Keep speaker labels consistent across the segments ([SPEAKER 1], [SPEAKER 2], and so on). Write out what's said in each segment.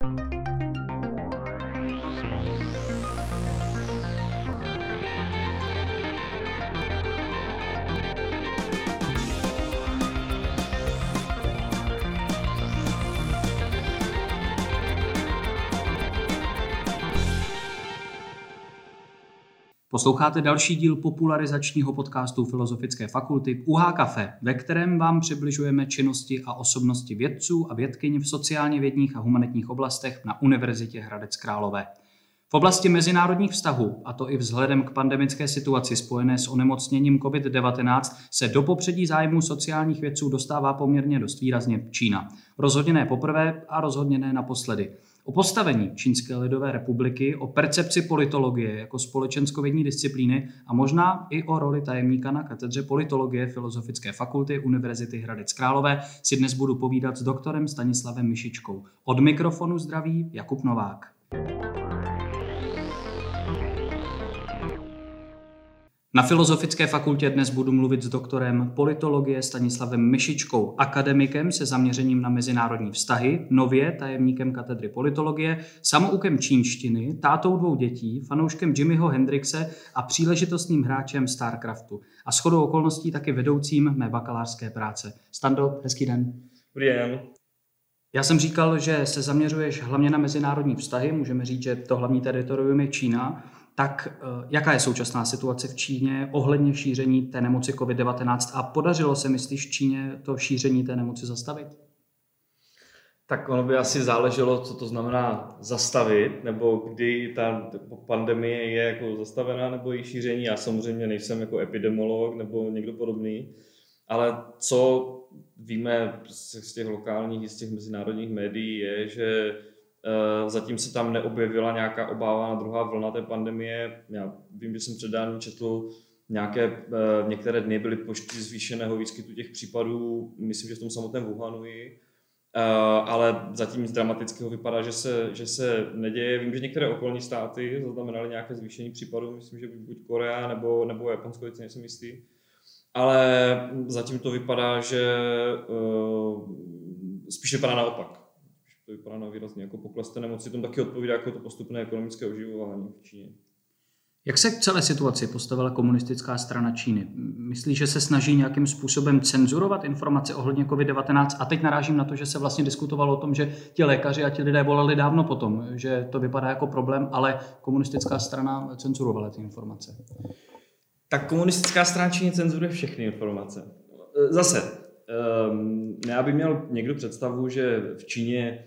[SPEAKER 1] Posloucháte další díl popularizačního podcastu Filozofické fakulty UH Café, ve kterém vám přibližujeme činnosti a osobnosti vědců a vědkyň v sociálně vědních a humanitních oblastech na Univerzitě Hradec Králové. V oblasti mezinárodních vztahů, a to i vzhledem k pandemické situaci spojené s onemocněním COVID-19, se do popředí zájmu sociálních vědců dostává poměrně dost výrazně Čína. Rozhodně ne poprvé a rozhodně ne naposledy. O postavení Čínské lidové republiky, o percepci politologie jako společenskovědní disciplíny a možná i o roli tajemníka na katedře politologie Filozofické fakulty Univerzity Hradec Králové si dnes budu povídat s doktorem Stanislavem Mišičkou. Od mikrofonu zdraví Jakub Novák. Na Filozofické fakultě dnes budu mluvit s doktorem politologie Stanislavem Mišičkou, akademikem se zaměřením na mezinárodní vztahy, nově tajemníkem katedry politologie, samoukem čínštiny, tátou 2 dětí, fanouškem Jimiho Hendrixe a příležitostným hráčem StarCraftu. A shodou okolností taky vedoucím mé bakalářské práce. Stando, hezký den.
[SPEAKER 2] Dobrý den.
[SPEAKER 1] Já jsem říkal, že se zaměřuješ hlavně na mezinárodní vztahy, můžeme říct, že to hlavní teritorium je Čína. Tak jaká je současná situace v Číně ohledně šíření té nemoci COVID-19 a podařilo se, myslíš, Číně to šíření té nemoci zastavit?
[SPEAKER 2] Tak ono by asi záleželo, co to znamená zastavit, nebo kdy ta pandemie je jako zastavená, nebo její šíření. Já samozřejmě nejsem jako epidemiolog nebo někdo podobný, ale co víme z těch lokálních i z těch mezinárodních médií je, že zatím se tam neobjevila nějaká obava na druhá vlna té pandemie. Já vím, že jsem předávno četl některé dny byly počty zvýšeného výskytu těch případů, myslím, že v tom samotném Wuhanu, ale zatím nic dramatického vypadá, že se neděje. Vím, že některé okolní státy zaznamenaly nějaké zvýšení případů, myslím, že buď Korea nebo Japonsko, teď nejsem jistý. Ale zatím to vypadá, že spíš vypadá naopak. To vypadá na výrazně jako pokles té nemoci, tomu taky odpovídá jako to postupné ekonomické oživování v Číně.
[SPEAKER 1] Jak se k celé situaci postavila komunistická strana Číny? Myslíš, že se snaží nějakým způsobem cenzurovat informace ohledně COVID-19? A teď narážím na to, že se vlastně diskutovalo o tom, že ti lékaři a ti lidé volali dávno potom, že to vypadá jako problém, ale komunistická strana cenzurovala ty informace.
[SPEAKER 2] Tak komunistická strana Číny cenzuruje všechny informace. Zase, aby měl někdo představu, že v Číně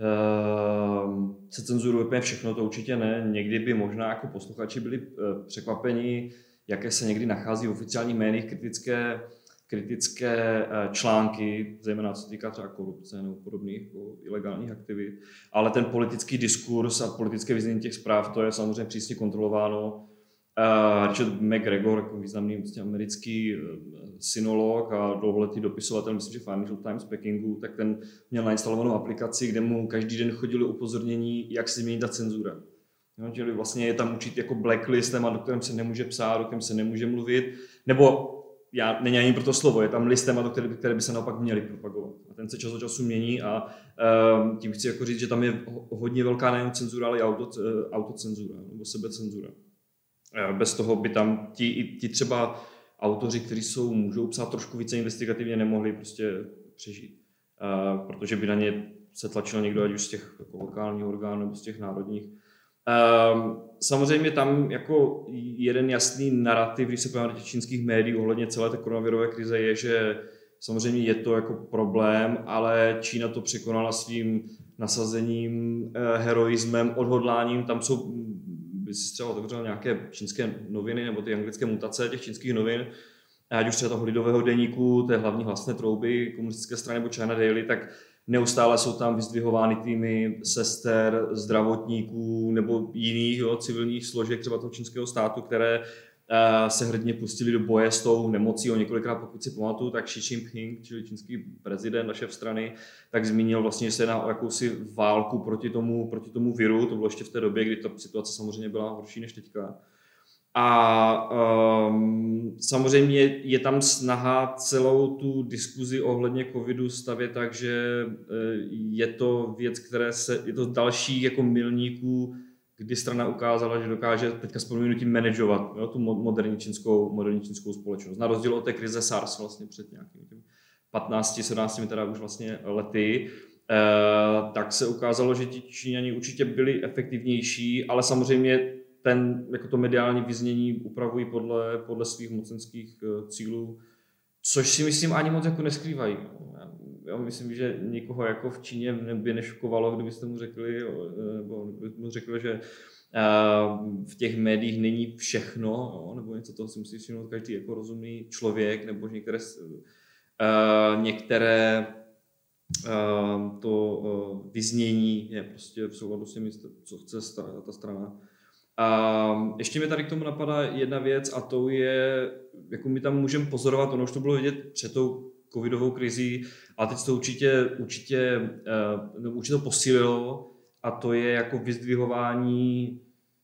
[SPEAKER 2] se cenzuruje úplně všechno, to určitě ne. Někdy by možná jako posluchači byli překvapeni, jaké se někdy nachází v oficiálních médiích kritické články, zejména co se týká třeba korupce nebo podobných jako ilegálních aktivit. Ale ten politický diskurs a politické vyznění těch zpráv, to je samozřejmě přísně kontrolováno. Richard McGregor, jako významný americký synolog a dlouholetý dopisovatel, myslím, že Financial Times Pekingu, tak ten měl nainstalovanou aplikaci, kde mu každý den chodili upozornění, jak se změní ta cenzura. Jo, čili vlastně je tam určitý jako blacklist, téma, do kterém se nemůže psát, do kterém se nemůže mluvit, nebo není ani pro to slovo, je tam list témat, které by se naopak měly propagovat. A ten se čas od času mění a tím chci jako říct, že tam je hodně velká nejen cenzura, ale i autocenzura nebo sebecenzura. Bez toho by tam ti třeba autoři, kteří můžou psát trošku více investigativně, nemohli prostě přežít. Protože by na ně se tlačil někdo, ať už z těch jako lokálních orgánů nebo z těch národních. Samozřejmě tam jako jeden jasný narrativ, když se podíváme do těch čínských médií ohledně celé té koronavirové krize, je, že samozřejmě je to jako problém, ale Čína to překonala svým nasazením, heroismem, odhodláním. Tam jsou, by si třeba otevřel nějaké čínské noviny nebo ty anglické mutace těch čínských novin, ať už třeba toho Lidového deníku, té hlavní hlasné trouby komunistické strany nebo China Daily, tak neustále jsou tam vyzdvihovány týmy sester, zdravotníků nebo jiných civilních složek třeba toho čínského státu, které se hrdně pustili do boje s tou nemocí. O několikrát, pokud si pamatuju, tak Xi Jinping, čili čínský prezident a šéf strany, tak zmínil vlastně, že se jedná o jakousi válku proti tomu viru. To bylo ještě v té době, kdy ta situace samozřejmě byla horší než teďka. A samozřejmě je tam snaha celou tu diskuzi ohledně covidu stavět tak, že je to věc, je to další jako milníků, kdy strana ukázala, že dokáže teďka s prominutím manažovat, jo, tu moderní čínskou společnost. Na rozdíl od té krize SARS vlastně před nějakým 15-17 teda už vlastně lety, tak se ukázalo, že ti Číňani určitě byli efektivnější, ale samozřejmě jako to mediální vyznění upravují podle svých mocenských cílů, což si myslím ani moc jako neskrývají. Já myslím, že nikoho jako v Číně by nešokovalo, kdybyste mu řekli, že v těch médiích není všechno, nebo něco toho si musí všimnout každý jako rozumný člověk, nebo že některé to vyznění je prostě v souladu s tím, co chce ta strana. A ještě mi tady k tomu napadá jedna věc a to je, jako my tam můžeme pozorovat, ono už to bylo vidět před tou covidovou krizí, ale teď to určitě to posílilo a to je jako vyzdvihování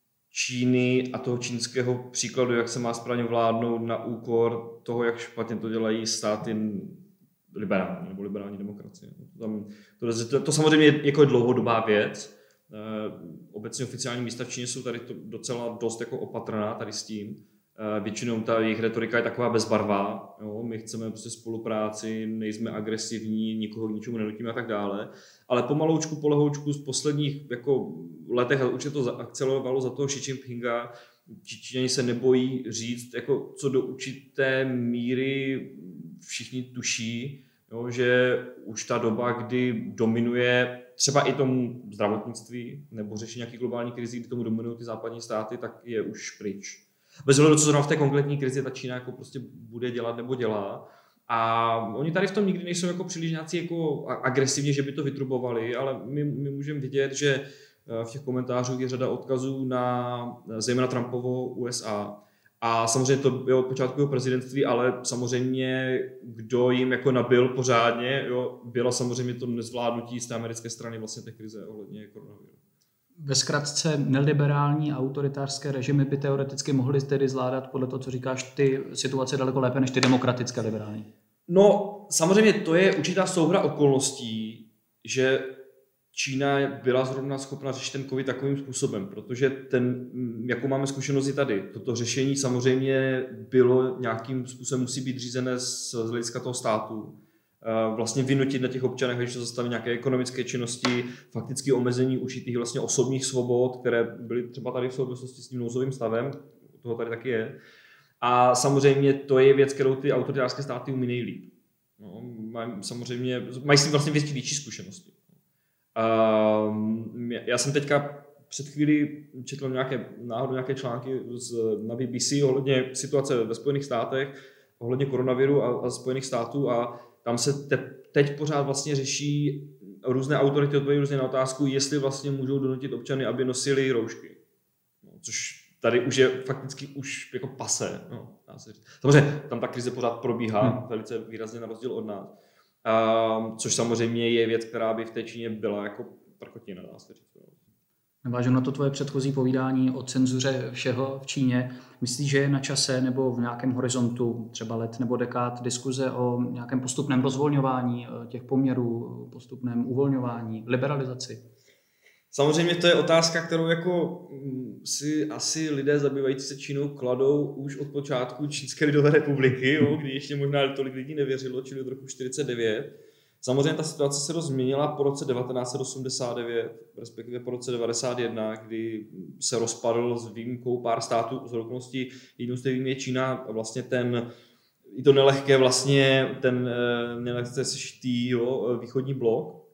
[SPEAKER 2] Číny a toho čínského příkladu, jak se má správně vládnout na úkor toho, jak špatně to dělají státy liberální nebo liberální demokracie. To samozřejmě jako dlouhodobá věc. Obecně oficiální místa v Číně jsou tady docela dost jako opatrná tady s tím. Většinou ta jejich retorika je taková bezbarvá. Jo? My chceme prostě spolupráci, nejsme agresivní, nikoho k ničemu nenutíme a tak dále. Ale pomaloučku, polehoučku z posledních jako letech, a určitě to akcelerovalo za toho Xi Jinpinga, Číňani se nebojí říct, jako co do určité míry všichni tuší, jo? Že už ta doba, kdy dominuje třeba i tomu zdravotnictví nebo řešení nějaký globální krizi, kdy tomu dominují ty západní státy, tak je už pryč. Bez ohledu, co zrovna v té konkrétní krizi ta Čína jako prostě bude dělat nebo dělá. A oni tady v tom nikdy nejsou jako příliš nějací jako agresivně, že by to vytrubovali, ale my můžeme vidět, že v těch komentářích je řada odkazů na zejména Trumpovo USA. A samozřejmě to bylo od počátku jeho prezidentství, ale samozřejmě kdo jim jako nabil pořádně, jo, bylo samozřejmě to nezvládnutí z té americké strany vlastně té krize ohledně koronaviru.
[SPEAKER 1] Ve zkratce neliberální a autoritářské režimy by teoreticky mohly tedy zvládat podle toho, co říkáš, ty situace daleko lépe než ty demokratické liberální.
[SPEAKER 2] No, samozřejmě to je určitá souhra okolností, že Čína byla zrovna schopna řešit ten covid takovým způsobem, protože jakou máme zkušenosti tady, toto řešení samozřejmě bylo nějakým způsobem, musí být řízené z hlediska toho státu. Vlastně vynutit na těch občanech, když se zastaví nějaké ekonomické činnosti, faktické omezení určitých vlastně osobních svobod, které byly třeba tady v souvislosti s tím nouzovým stavem, toho tady taky je. A samozřejmě to je věc, kterou ty autoritářské státy umí nejlíp. No, mají s tím vlastně větší zkušenosti. Já jsem teďka před chvílí četl nějaké články na BBC ohledně situace ve Spojených státech, ohledně koronaviru a Spojených států a tam se teď pořád vlastně řeší, různé autority odpovědí různě na otázku, jestli vlastně můžou donutit občany, aby nosili roušky. No, což tady už je fakticky už jako pasé. No, samozřejmě tam ta krize pořád probíhá velice výrazně na rozdíl od nás. Což samozřejmě je věc, která by v té Číně byla jako prkotina, dá se říct.
[SPEAKER 1] Navážu na to tvoje předchozí povídání o cenzuře všeho v Číně. Myslíš, že je na čase nebo v nějakém horizontu, třeba let nebo dekád, diskuze o nějakém postupném rozvolňování těch poměrů, postupném uvolňování, liberalizaci?
[SPEAKER 2] Samozřejmě to je otázka, kterou jako si asi lidé zabývající se Čínou kladou už od počátku Čínské lidové republiky, jo, kdy ještě možná tolik lidí nevěřilo, čili od roku 1949. Samozřejmě ta situace se změnila po roce 1989, respektive po roce 1991, kdy se rozpadl s výjimkou pár států z okolností. Jednou z těch výjimek je Čína a vlastně ten nelehce sešitý východní blok.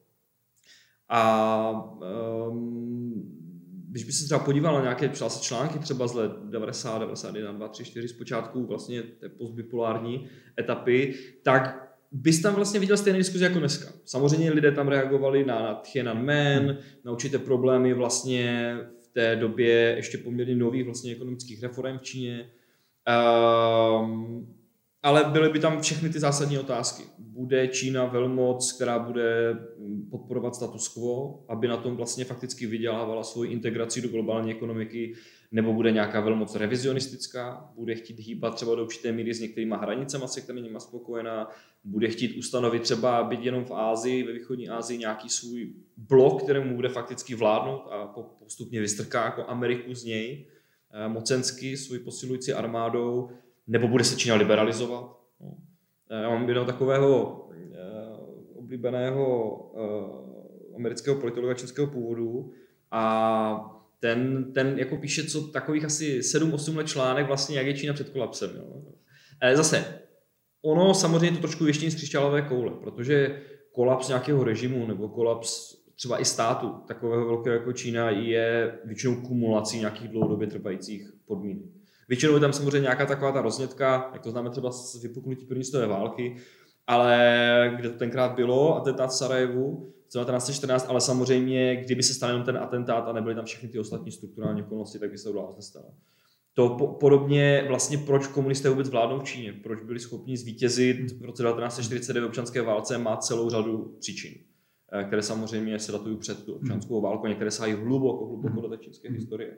[SPEAKER 2] A když by se třeba podíval na nějaké články třeba z let 90, 91, 2, 3, 4 z počátku vlastně té postbipolární etapy, tak bys tam vlastně viděl stejné diskuze jako dneska. Samozřejmě lidé tam reagovali na Tiananmen, na určité problémy vlastně v té době ještě poměrně nových vlastně ekonomických reform v Číně. ale byly by tam všechny ty zásadní otázky. Bude Čína velmoc, která bude podporovat status quo, aby na tom vlastně fakticky vydělávala svoji integraci do globální ekonomiky, nebo bude nějaká velmoc revizionistická, bude chtít hýbat třeba do určité míry s některýma hranicemi, se kterými není spokojená, bude chtít ustanovit třeba být jenom v Asii, ve východní Asii nějaký svůj blok, kterému bude fakticky vládnout a postupně vystrká jako Ameriku z něj mocensky, svou posilující armádou, nebo bude se Čína liberalizovat. No. Já mám jednoho takového oblíbeného amerického politologa čínského původu a ten jako píše co takových asi 7-8 let článek vlastně, jak je Čína před kolapsem. Jo. Zase, ono samozřejmě to trošku věštění z křišťálové koule, protože kolaps nějakého režimu nebo kolaps třeba i státu takového velkého jako Čína je většinou kumulací nějakých dlouhodobě trvajících podmínek. Většinou je tam samozřejmě nějaká taková ta roznětka, jak to známe třeba z vypuknutí první světové války, ale kde to tenkrát bylo, atentát v Sarajevu, 1914, ale samozřejmě, kdyby se stal jenom ten atentát a nebyly tam všechny ty ostatní strukturální okolnosti, tak by se to dál nestalo. To podobně vlastně, proč komunisté vůbec vládnou v Číně, proč byli schopni zvítězit v roce 1949 v občanské válce, má celou řadu příčin, které samozřejmě se datují před tu občanskou válku, některé sahají hluboko do té čínské historie.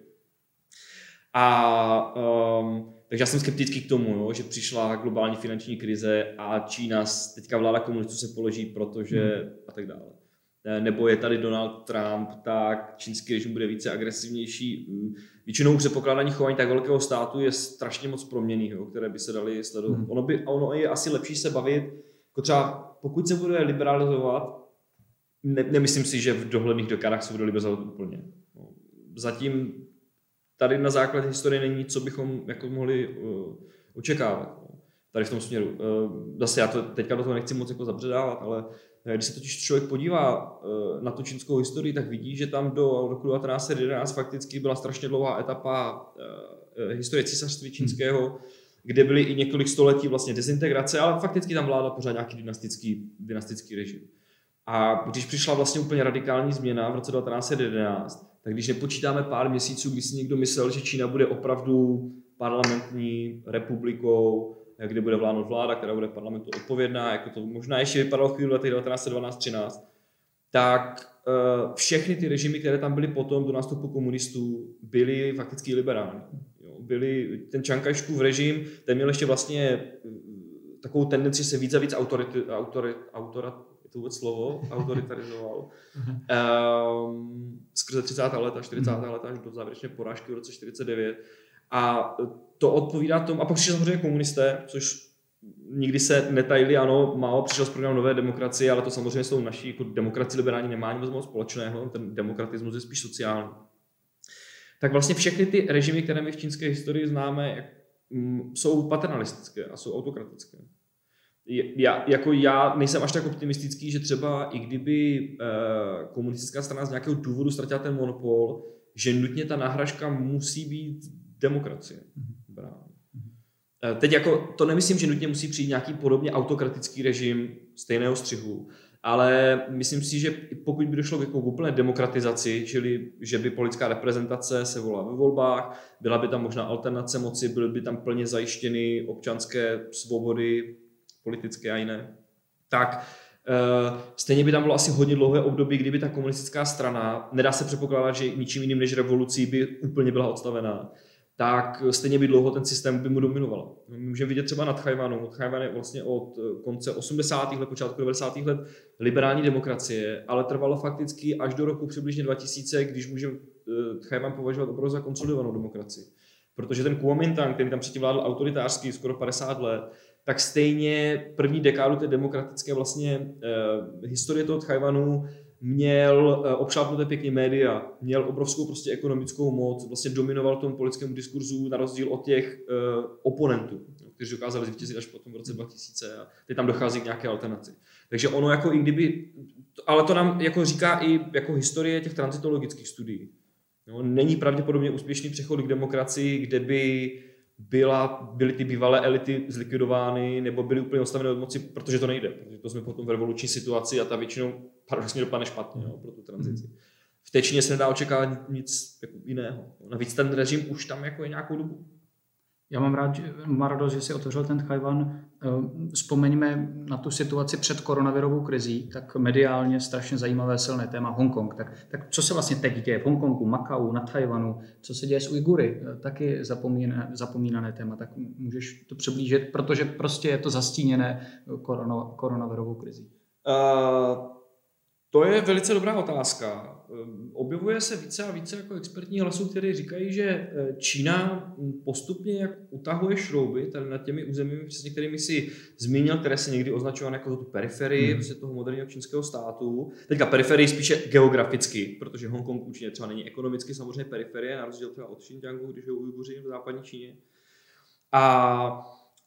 [SPEAKER 2] Takže já jsem skeptický k tomu, jo, že přišla globální finanční krize a Čína, teďka vláda komunistů se položí, protože a tak dále. Nebo je tady Donald Trump, tak čínský režim bude více agresivnější. Většinou předpokládání chování tak velkého státu je strašně moc proměnných, které by se daly sledovat. Ono je asi lepší se bavit, jako třeba pokud se bude liberalizovat, nemyslím si, že v dohledných dekádách se bude liberalizovat úplně. No, zatím tady na základě historie není, co bychom jako mohli očekávat. Tady v tom směru. Zase já teďka do toho nechci moc jako zabředávat, ale když se totiž člověk podívá na tu čínskou historii, tak vidí, že tam do roku 1911 fakticky byla strašně dlouhá etapa historie císařství čínského, kde byly i několik století vlastně dezintegrace, ale fakticky tam vládla pořád nějaký dynastický režim. A když přišla vlastně úplně radikální změna v roce 1911, tak když nepočítáme pár měsíců, kdy si někdo myslel, že Čína bude opravdu parlamentní republikou, kde bude vládnout vláda, která bude parlamentu odpovědná, jako to možná ještě vypadalo v chvíli letech 1912-13, tak všechny ty režimy, které tam byly potom do nástupu komunistů, byly fakticky liberální. Ten Čankajškův režim, ten měl ještě vlastně takovou tendenci se víc a víc autoritarizoval. Skrze 30. leta, 40. leta až do závěrečné porážky v roce 49. A to odpovídá tomu. A pak přišli samozřejmě komunisté, což nikdy se netajili, ano, málo přišel s programem nové demokracie, ale to samozřejmě s tou naší jako demokracii liberální nemá nic moc společného, ten demokratismus je spíš sociální. Tak vlastně všechny ty režimy, které my v čínské historii známe, jsou paternalistické a jsou autokratické. Já nejsem až tak optimistický, že třeba i kdyby komunistická strana z nějakého důvodu ztratila ten monopol, že nutně ta náhražka musí být demokracie. Teď jako to nemyslím, že nutně musí přijít nějaký podobně autokratický režim stejného střihu, ale myslím si, že pokud by došlo k úplné demokratizaci, čili že by politická reprezentace se volala ve volbách, byla by tam možná alternace moci, byly by tam plně zajištěny občanské svobody, politické a jiné, tak stejně by tam bylo asi hodně dlouhé období, kdyby ta komunistická strana, nedá se předpokládat, že ničím jiným než revolucí by úplně byla odstavená, tak stejně by dlouho ten systém by mu dominoval. Můžeme vidět třeba nad Tchaj-wanu. Tchaj-wan je vlastně od konce 80. let, počátku 90. let liberální demokracie, ale trvalo fakticky až do roku přibližně 2000, když můžeme Tchaj-wan považovat opravdu za konsolidovanou demokracii. Protože ten Kuomintang, který tam předtím vládl autoritářský skoro 50 let, tak stejně první dekádu té demokratické vlastně historie toho Tchaj-wanu měl obšlápnuté pěkně média, měl obrovskou prostě ekonomickou moc, vlastně dominoval tomu politickému diskurzu na rozdíl od těch oponentů, kteří dokázali zvítězit až potom v roce 2000 a teď tam dochází k nějaké alternaci. Takže ono jako i kdyby, ale to nám jako říká i jako historie těch transitologických studií. No, není pravděpodobně úspěšný přechod k demokracii, kde by byly ty bývalé elity zlikvidovány nebo byly úplně odstavené od moci, protože to nejde, protože to jsme potom v revoluční situaci a ta většinou paradoxně dopadne špatně pro tu tranzici. V té Číně se nedá očekávat nic jako jiného. Navíc ten režim už tam jako je nějakou dobu.
[SPEAKER 1] Já mám radost, že jsi otevřel ten Tchaj-wan. Vzpomeňme na tu situaci před koronavirovou krizí, tak mediálně strašně zajímavé silné téma Hongkong. Tak co se vlastně teď děje v Hongkongu, Makau, na Tchaj-wanu, co se děje s Ujgury? Taky zapomínané téma, tak můžeš to přiblížit, protože prostě je to zastíněné koronavirovou krizí.
[SPEAKER 2] To je velice dobrá otázka. Objevuje se více a více jako expertních hlasů, kteří říkají, že Čína postupně jak utahuje šrouby tady nad těmi územími, přesně kterými si zmínil, které se někdy označovaly jako tu periferii prostě toho moderního čínského státu. Teďka periferii spíše geograficky, protože Hongkong určitě třeba není ekonomicky samozřejmě periferie, na rozdíl třeba od Xinjiangu, když jsou Ujguři v západní Číně. A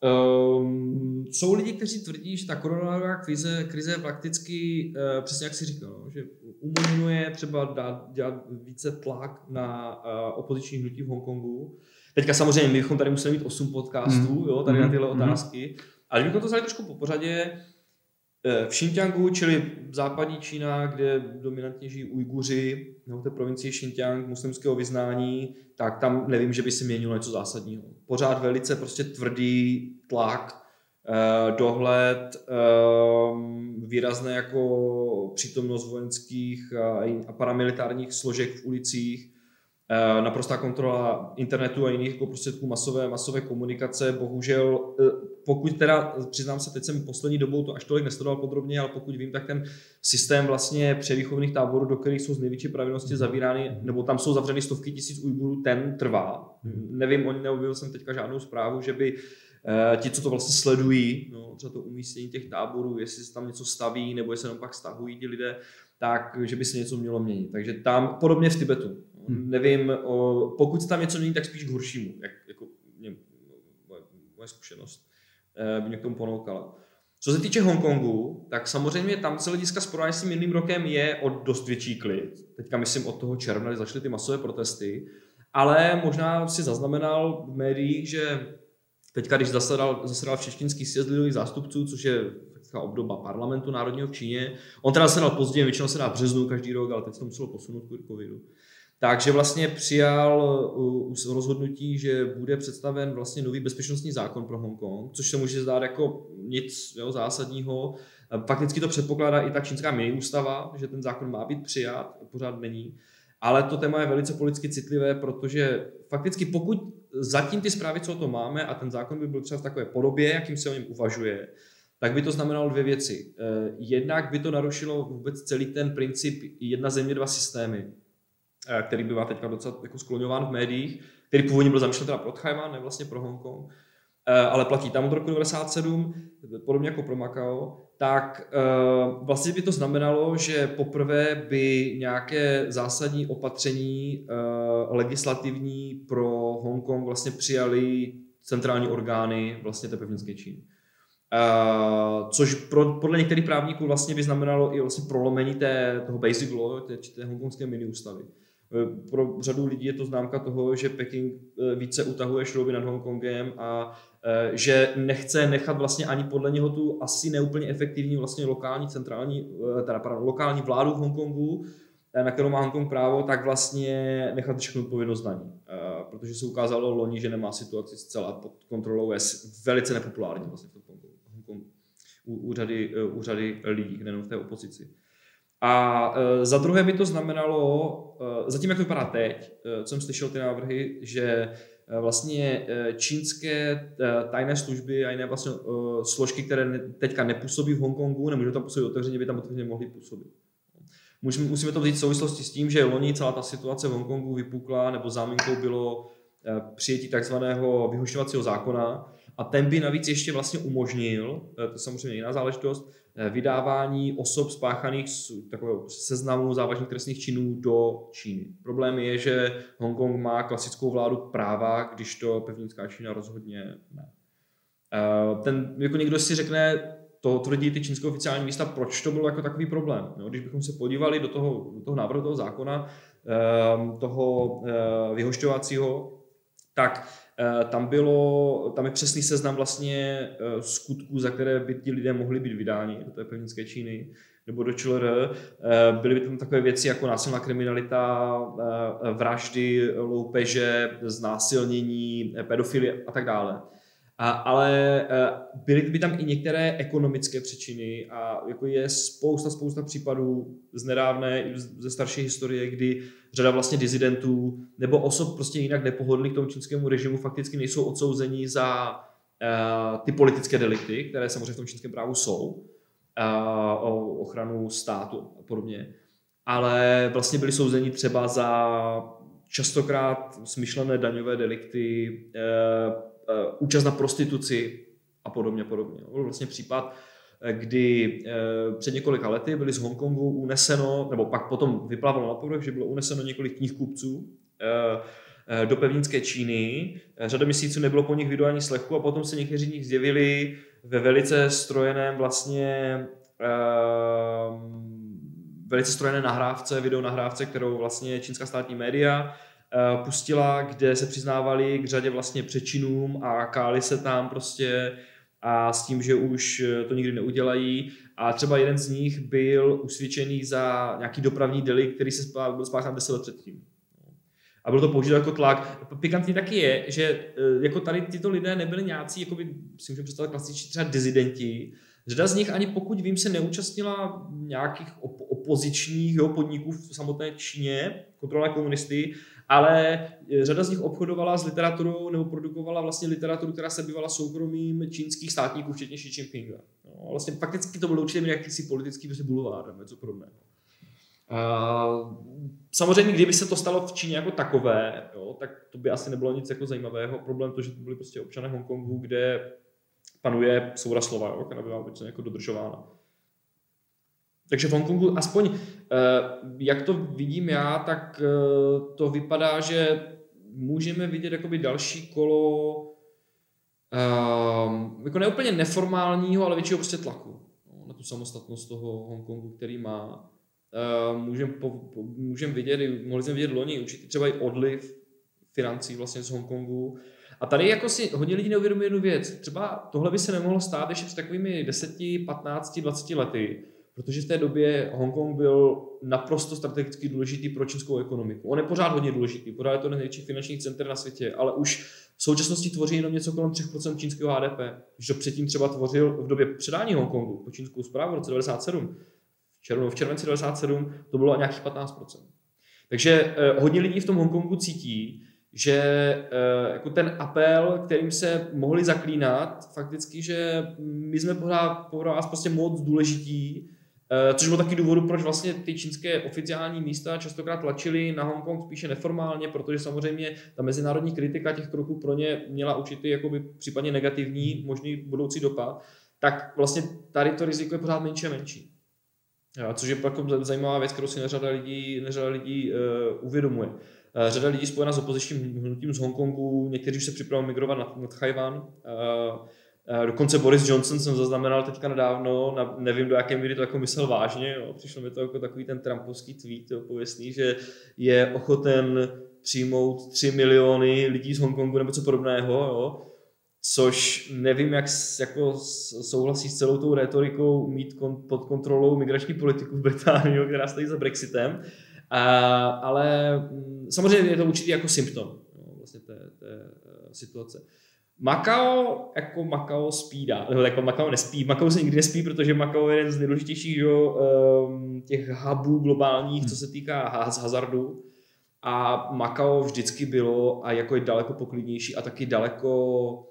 [SPEAKER 2] jsou lidi, kteří tvrdí, že ta koronavirová krize prakticky, přesně jak si říkal, že umožňuje třeba dělat více tlak na opoziční hnutí v Hongkongu. Teďka samozřejmě my bychom tady museli mít 8 podcastů, tady na tyhle otázky, ale kdybychom to vzali trošku po pořadě, v Xinjiangu, čili západní Čína, kde dominantně žijí Ujguři, nebo té provincii Xinjiang muslimského vyznání, tak tam nevím, že by se měnilo něco zásadního. Pořád velice prostě tvrdý tlak, dohled, výrazné jako přítomnost vojenských a paramilitárních složek v ulicích, naprostá kontrola internetu a jiných jako prostředků masové komunikace. Bohužel, pokud teda, přiznám se, teď jsem poslední dobou to až tolik nesledoval podrobně, ale pokud vím, tak ten systém vlastně převýchovných táborů, do kterých jsou z největší pravidelnosti zavírány, nebo tam jsou zavřeny stovky tisíc Ujgurů, ten trvá. Nevím, neobjevil jsem teďka žádnou zprávu, že by ti, co to vlastně sledují, třeba to umístění těch táborů, jestli se tam něco staví, nebo jestli tam pak stahují ti lidé, tak, že by se něco mělo měnit. Takže tam, podobně v Tibetu. Nevím, pokud se tam něco mění, tak spíš k horšímu, jako moje zkušenost by mě k tomu ponoukala. Co se týče Hongkongu, tak samozřejmě tam se hlediska s porovnání s tím minulým rokem je o dost větší klid. Teďka myslím od toho června, kdy začaly ty masové protesty, ale možná si zaznamenal v médiích, že teďka, když zasedal Všečínský sjezd lidových zástupců, což je taková obdoba parlamentu národního v Číně, on teda zasedal později, většinou se dá v březnu každý rok, ale teď se to muselo posunout kvůli covidu. Takže vlastně přijal rozhodnutí, že bude představen vlastně nový bezpečnostní zákon pro Hongkong, což se může zdát jako nic zásadního. Fakticky to předpokládá i ta čínská miniústava, že ten zákon má být přijat, pořád není. Ale to téma je velice politicky citlivé, protože fakticky pokud zatím ty zprávy, co o tom máme, a ten zákon by byl třeba v takové podobě, jakým se o něm uvažuje, tak by to znamenalo dvě věci. Jednak by to narušilo vůbec celý ten princip jedna země, dva systémy, který bývá teďka docela jako skloňován v médiích, který původně byl zamýšlen teda pro Tchaj-wan, ne vlastně pro Hongkong, ale platí tam od roku 1997, podobně jako pro Makao, tak vlastně by to znamenalo, že poprvé by nějaké zásadní opatření legislativní pro Hongkong vlastně přijali centrální orgány vlastně té pevninské Číny. Což podle některých právníků vlastně by znamenalo i vlastně prolomení toho basic law, té hongkongské miniústavy. Pro řadu lidí je to známka toho, že Peking více utahuje šrouby nad Hongkongem a že nechce nechat vlastně ani podle něho tu asi neúplně efektivní vlastně lokální vládu v Hongkongu, na kterou má Hongkong právo, tak vlastně nechat vyšknout povinnost daní. Protože se ukázalo loni, že nemá situaci zcela pod kontrolou, je velice nepopulární vlastně v Hongkongu. U řady lidí, nejenom v té opozici. A za druhé by to znamenalo, zatím jak to vypadá teď, co jsem slyšel ty návrhy, že vlastně čínské tajné služby a jiné vlastně složky, které teďka nepůsobí v Hongkongu, nemůžou tam působit otevřeně, by tam otevřeně mohly působit. Musíme to vzít v souvislosti s tím, že loni celá ta situace v Hongkongu vypukla, nebo záminkou bylo přijetí takzvaného vyhošťovacího zákona, a ten by navíc ještě vlastně umožnil, to je samozřejmě jiná záležitost, vydávání osob spáchaných z takového seznamu závažných trestných činů do Číny. Problém je, že Hongkong má klasickou vládu práva, když to pevninská Čína rozhodně ne. Jako někdo si řekne, to tvrdí ty čínské oficiální místa, proč to bylo jako takový problém. No, když bychom se podívali do toho návrhu toho zákona, toho vyhošťovacího, tak tam je přesný seznam vlastně skutků, za které by ti lidé mohli být vydáni do té pevninské Číny. nebo do ČLR. Byly by tam takové věci jako násilná kriminalita, vraždy, loupeže, znásilnění, pedofilie a tak dále. Ale byly by tam i některé ekonomické příčiny a jako je spousta případů z nedávné i ze starší historie, kdy řada vlastně disidentů nebo osob prostě jinak nepohodlných k tomu čínskému režimu fakticky nejsou odsouzeni za ty politické delikty, které samozřejmě v tom čínském právu jsou, o ochranu státu a podobně, ale vlastně byli souzeni třeba za častokrát smyšlené daňové delikty, účast na prostituci a podobně. Byl vlastně případ, kdy před několika lety byli z Hongkongu uneseno, nebo pak potom vyplavalo na povrch, že bylo uneseno několik knihkupců do pevninské Číny. Řada měsíců nebylo po nich vydání slechu a potom se někteří z nich zjevili ve velice strojeném vlastně velice strojené nahrávce, videonahrávce, kterou vlastně čínská státní média pustila, kde se přiznávali k řadě vlastně přečinům a káli se tam prostě a s tím, že už to nikdy neudělají. A třeba jeden z nich byl usvědčený za nějaký dopravní delikt, který se byl spáchán 10 let předtím. A bylo to použito jako tlak. Pikantní taky je, že jako tady tyto lidé nebyli nějací, jakoby, si můžeme představit klasičtí třeba dizidenti. Řada z nich, ani pokud vím, se neúčastnila nějakých opozičních podniků v samotné Číně, kontrolované komunisty, ale řada z nich obchodovala s literaturou nebo produkovala vlastně literaturu, která se bývala soukromým čínských státníků, včetně Xi Jinpinga. No, vlastně fakticky to bylo určitě jakýsi politický bulvár, něco podobného. Samozřejmě, kdyby se to stalo v Číně jako takové, jo, tak to by asi nebylo nic jako zajímavého. Problém to, že to byli prostě občané Hongkongu, kde panuje svoboda slova, jo, která byla obecně jako dodržována. Takže v Hongkongu aspoň, jak to vidím já, tak to vypadá, že můžeme vidět jakoby další kolo jako neúplně neformálního, ale většího prostě tlaku na tu samostatnost toho Hongkongu, který má. Můžeme vidět, mohli jsme vidět loni určitě třeba i odliv financí vlastně z Hongkongu. A tady jako si hodně lidí neuvědomuje jednu věc. Třeba tohle by se nemohlo stát ještě před takovými 10, 15, 20 lety, protože v té době Hongkong byl naprosto strategicky důležitý pro čínskou ekonomiku. On je pořád hodně důležitý, pořád je to největší finanční center na světě, ale už v současnosti tvoří jenom něco kolem 3% čínského HDP. Když to předtím třeba tvořil v době předání Hongkongu po čínskou správu v roce 1997, v červenci 1997 to bylo nějakých 15%. Takže hodně lidí v tom Hongkongu cítí, že jako ten apel, kterým se mohli zaklínat, fakticky, že my jsme pro vás prostě moc důležití, což bylo taky důvodu, proč vlastně ty čínské oficiální místa častokrát tlačily na Hongkong spíše neformálně, protože samozřejmě ta mezinárodní kritika těch kroků pro ně měla určitý jakoby případně negativní možný budoucí dopad, tak vlastně tady to riziko je pořád menší a menší. Což je pak zajímavá věc, kterou si neřada lidí uvědomuje. Řada lidí spojená s opozičním hnutím z Hongkongu, někteří už se připravují migrovat na Tchaj-wan. Dokonce Boris Johnson jsem zaznamenal teďka nedávno, nevím do jaké míry to jako myslel vážně, jo. Přišlo mi to jako takový ten trumpovský tweet, jo, pověstný, že je ochoten přijmout 3 miliony lidí z Hongkongu nebo co podobného, jo. Což nevím, jak jako souhlasí s celou tou rétorikou mít pod kontrolou migrační politiku v Británii, která stojí za Brexitem. Ale samozřejmě je to určitě jako symptom vlastně té situace. Macao spí dál, nebo jako Macao nespí. Macao se nikdy nespí, protože Macao je jeden z nejdůležitějších těch hubů globálních, co se týká hazardu. A Macao vždycky bylo a jako je daleko poklidnější a taky daleko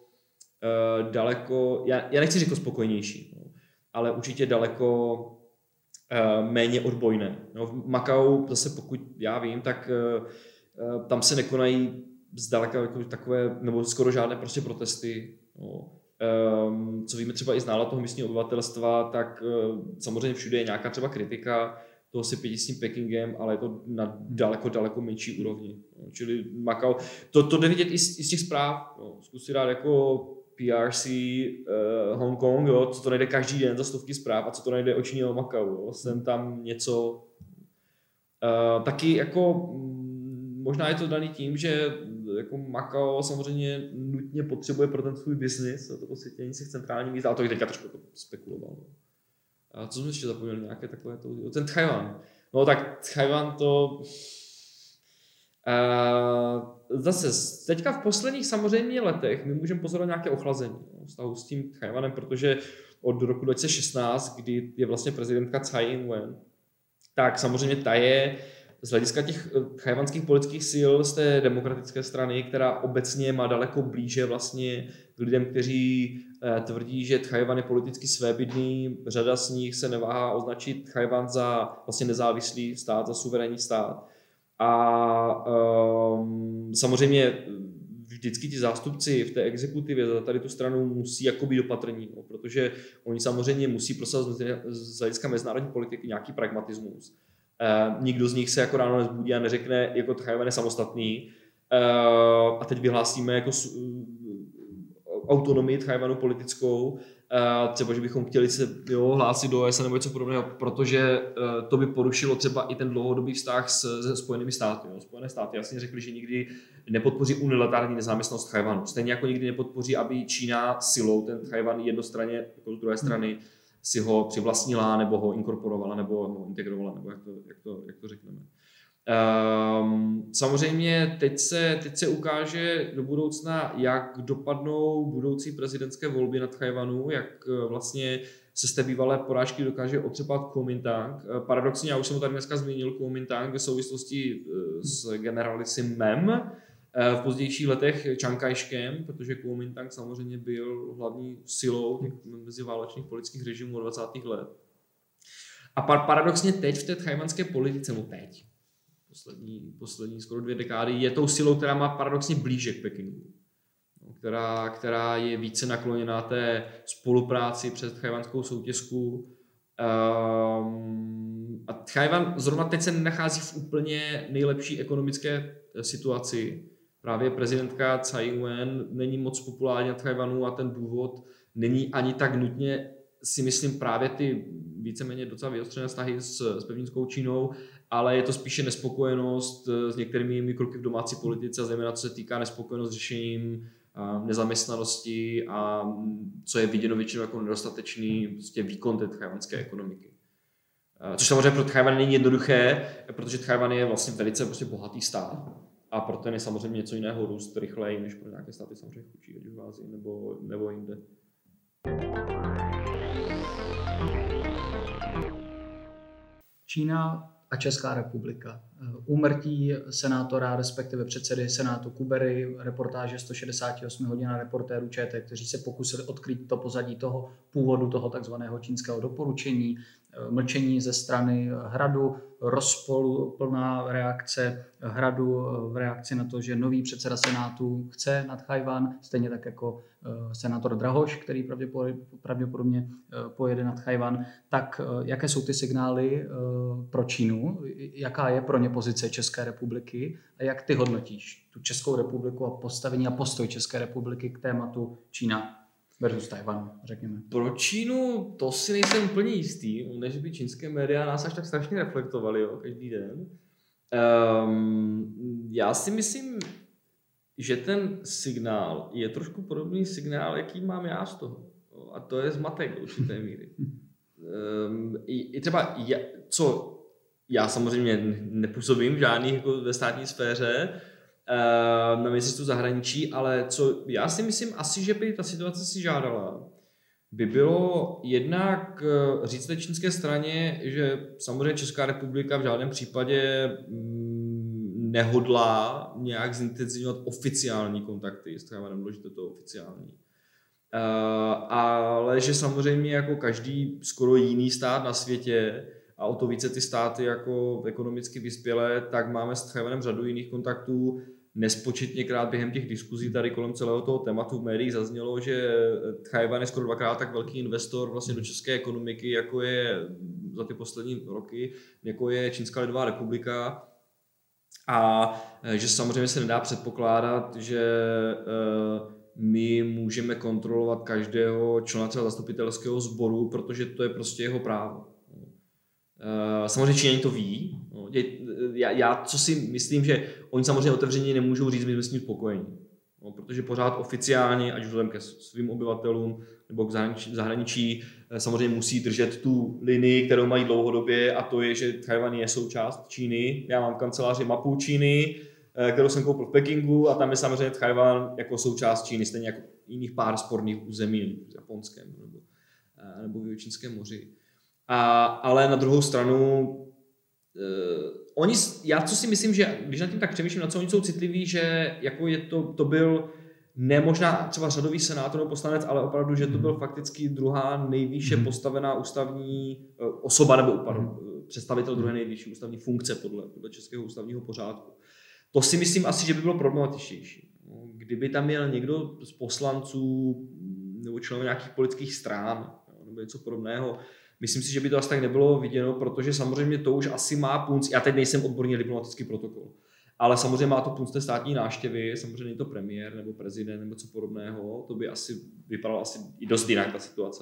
[SPEAKER 2] já nechci říct spokojenější, ale určitě daleko méně odbojné. No, v Macau, zase pokud já vím, tak tam se nekonají zdaleka jako takové, nebo skoro žádné prostě protesty. No. Co víme třeba i z nálad toho místního obyvatelstva, tak samozřejmě všude je nějaká třeba kritika toho si pěti s tím Pekingem, ale je to na daleko menší úrovni. No. Čili Macau, to jde vidět i z těch zpráv. No. Zkus si dát jako PRC, Hongkong, jo, co to najde každý den za stovky zpráv a co to najde o Číně a o Macau. Jo. Jsem tam něco... taky jako možná je to daný tím, že jako Macau samozřejmě nutně potřebuje pro ten svůj biznis, to posvětění se v centrální míst, ale to i teďka trošku spekuloval. A co jsme ještě zapomněli, nějaké takové to, ten Tchaj-wan. No tak Tchaj-wan to... Zase, teďka v posledních samozřejmě letech my můžeme pozorovat nějaké ochlazení vztahu s tím Tchaj-wanem, protože od roku 2016, kdy je vlastně prezidentka Tsai Ing-wen, tak samozřejmě ta je z hlediska těch tchajwanských politických sil z té demokratické strany, která obecně má daleko blíže vlastně k lidem, kteří tvrdí, že Tchaj-wan je politicky svébytný. Řada z nich se neváhá označit Tchaj-wan za vlastně nezávislý stát, za suverénní stát. A samozřejmě vždycky ti zástupci v té exekutivě za tady tu stranu musí jako být opatrní, protože oni samozřejmě musí prosazovat z hlediska mezinárodní politiky nějaký pragmatismus. Nikdo z nich se jako ráno nezbudí a neřekne, jako Tchaj-wan je samostatný a teď vyhlásíme jako autonomii Tchaj-wanu politickou, třeba, že bychom chtěli se hlásit do OSN nebo něco podobného, protože to by porušilo třeba i ten dlouhodobý vztah se Spojenými státy. Spojené státy jasně řekli, že nikdy nepodpoří unilaterální nezávislost Tchaj-wanu. Stejně jako nikdy nepodpoří, aby Čína silou ten Tchaj-wan jednostranně, jako z druhé strany, si ho přivlastnila, nebo ho inkorporovala, nebo ho integrovala, nebo jak to řekneme. Samozřejmě teď se ukáže do budoucna, jak dopadnou budoucí prezidentské volby na Tchaj-wanu, jak vlastně se z té bývalé porážky dokáže otřepat Kuomintang. Paradoxně, já už jsem ho tady dneska zmínil, Kuomintang v souvislosti s generalissimem, v pozdějších letech Chiang Kai-škem, protože Kuomintang samozřejmě byl hlavní silou těch meziválečných politických režimů 20. let. A paradoxně teď v té tchajwanské politice, poslední skoro 2 dekády, je tou silou, která má paradoxně blíže k Pekingu. Která je více nakloněná té spolupráci přes tchajwanskou soutěžku. A Tchaj-wan zrovna teď se nachází v úplně nejlepší ekonomické situaci. Právě prezidentka Tsai Ing-wen není moc populární na Tchaj-wanu a ten důvod není ani tak nutně, si myslím, právě ty víceméně docela vyostřené vztahy s pevninskou Čínou, ale je to spíše nespokojenost s některými kroky v domácí politice, a zejména co se týká nespokojenost s řešením nezaměstnanosti a co je viděno většinou jako nedostatečný prostě výkon té tchajwanské ekonomiky. Což samozřejmě pro Tchaj-wan není jednoduché, protože Tchaj-wan je vlastně velice prostě bohatý stát a pro ten je samozřejmě něco jiného růst rychleji než pro nějaké státy samozřejmě chudší, ať už v Asii nebo jinde.
[SPEAKER 1] Čína a Česká republika. Úmrtí senátora, respektive předsedy Senátu Kubery, reportáže 168 hodin reportérů ČT, kteří se pokusili odkrýt to pozadí toho původu toho takzvaného čínského doporučení, mlčení ze strany Hradu, rozpolplná reakce Hradu v reakci na to, že nový předseda Senátu chce na Tchaj-wan, stejně tak jako senátor Drahoš, který pravděpodobně pojede na Tchaj-wan. Tak jaké jsou ty signály pro Čínu? Jaká je pro ně pozice České republiky? A jak ty hodnotíš tu Českou republiku a postavení a postoj České republiky k tématu Čína versus Tchaj-wan, řekněme?
[SPEAKER 2] Pro Čínu to si nejsem úplně jistý, než by čínské média nás až tak strašně reflektovaly každý den. Já si myslím, že ten signál je trošku podobný signál, jaký mám já z toho. A to je zmatek do určité míry. I třeba, já samozřejmě nepůsobím v žádný jako ve státní sféře, na ministerstvu zahraničí, ale co já si myslím asi, že by ta situace si žádala, by bylo jednak říct té čínské straně, že samozřejmě Česká republika v žádném případě nehodlá nějak zintenzivňovat oficiální kontakty, s Tchaj-wanem důležité to oficiální. Ale že samozřejmě jako každý skoro jiný stát na světě, a o to více ty státy jako ekonomicky vyspělé, tak máme s Tchaj-wanem řadu jiných kontaktů. Nespočetněkrát během těch diskuzí tady kolem celého toho tématu v médiích zaznělo, že Tchaj-wan je skoro 2krát tak velký investor vlastně do české ekonomiky, jako je za ty poslední roky, jako je Čínská lidová republika. A že samozřejmě se nedá předpokládat, že my můžeme kontrolovat každého člena třeba zastupitelského sboru, protože to je prostě jeho právo. Samozřejmě Číňani to ví. Já co si myslím, že oni samozřejmě otevřeně nemůžou říct, my jsme s ním spokojení. No, protože pořád oficiálně, ať už vzhledem ke svým obyvatelům nebo k zahraničí, samozřejmě musí držet tu linii, kterou mají dlouhodobě, a to je, že Tchaj-wan je součást Číny. Já mám v kanceláři mapu Číny, kterou jsem koupil v Pekingu, a tam je samozřejmě Tchaj-wan jako součást Číny, stejně jako jiných pár sporných území v Japonském nebo v Čínském moři. Ale na druhou stranu já co si myslím, že když nad tím tak přemýšlím, na co oni jsou citliví, že jako to byl ne možná třeba řadový senátor nebo poslanec, ale opravdu, že to byl fakticky druhá nejvýše postavená ústavní osoba nebo představitel druhé nejvyšší ústavní funkce podle českého ústavního pořádku. To si myslím asi, že by bylo problematičtější. Kdyby tam měl někdo z poslanců nebo členů nějakých politických stran nebo něco podobného, myslím si, že by to asi tak nebylo viděno, protože samozřejmě to už asi má punc. Já teď nejsem odborný diplomatický protokol, ale samozřejmě má to punc té státní návštěvy, samozřejmě není to premiér nebo prezident nebo co podobného, to by asi vypadalo asi i dost jinak ta situace.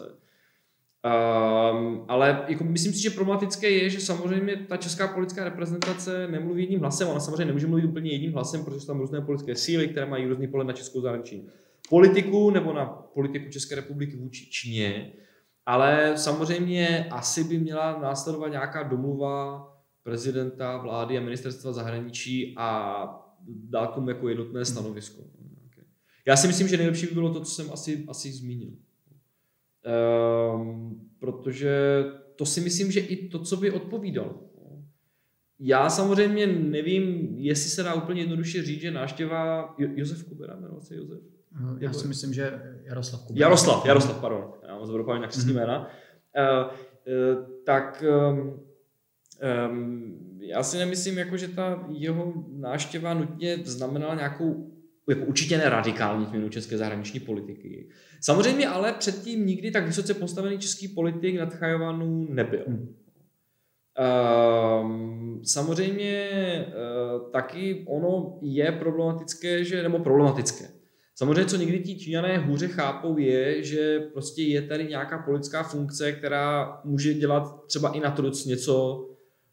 [SPEAKER 2] Ale jako myslím si, že problematické je, že samozřejmě ta česká politická reprezentace nemluví jedním hlasem, ona samozřejmě nemůže mluvit úplně jedním hlasem, protože jsou tam různé politické síly, které mají různý pohled na českou zahraniční politiku nebo na politiku České republiky vůči Číně. Ale samozřejmě asi by měla následovat nějaká domluva prezidenta, vlády a ministerstva zahraničí a dát tomu jako jednotné stanovisko. Já si myslím, že nejlepší by bylo to, co jsem asi zmínil. Protože to si myslím, že i to, co by odpovídalo. Já samozřejmě nevím, jestli se dá úplně jednoduše říct, že návštěva Josef Kubera, jmenoval se Josef?
[SPEAKER 1] Já si myslím, že Jaroslav Kubera.
[SPEAKER 2] Jaroslav, pardon. Já mám zvoropalý na křesní jména. Já si nemyslím, jako, že ta jeho návštěva nutně znamenala nějakou, jako určitě ne radikální změnu české zahraniční politiky. Samozřejmě ale předtím nikdy tak vysoce postavený český politik na Tchaj-wanu nebyl. Samozřejmě taky ono je problematické. Samozřejmě, co někdy ti Číňané hůře chápou, je, že prostě je tady nějaká politická funkce, která může dělat třeba i na truc něco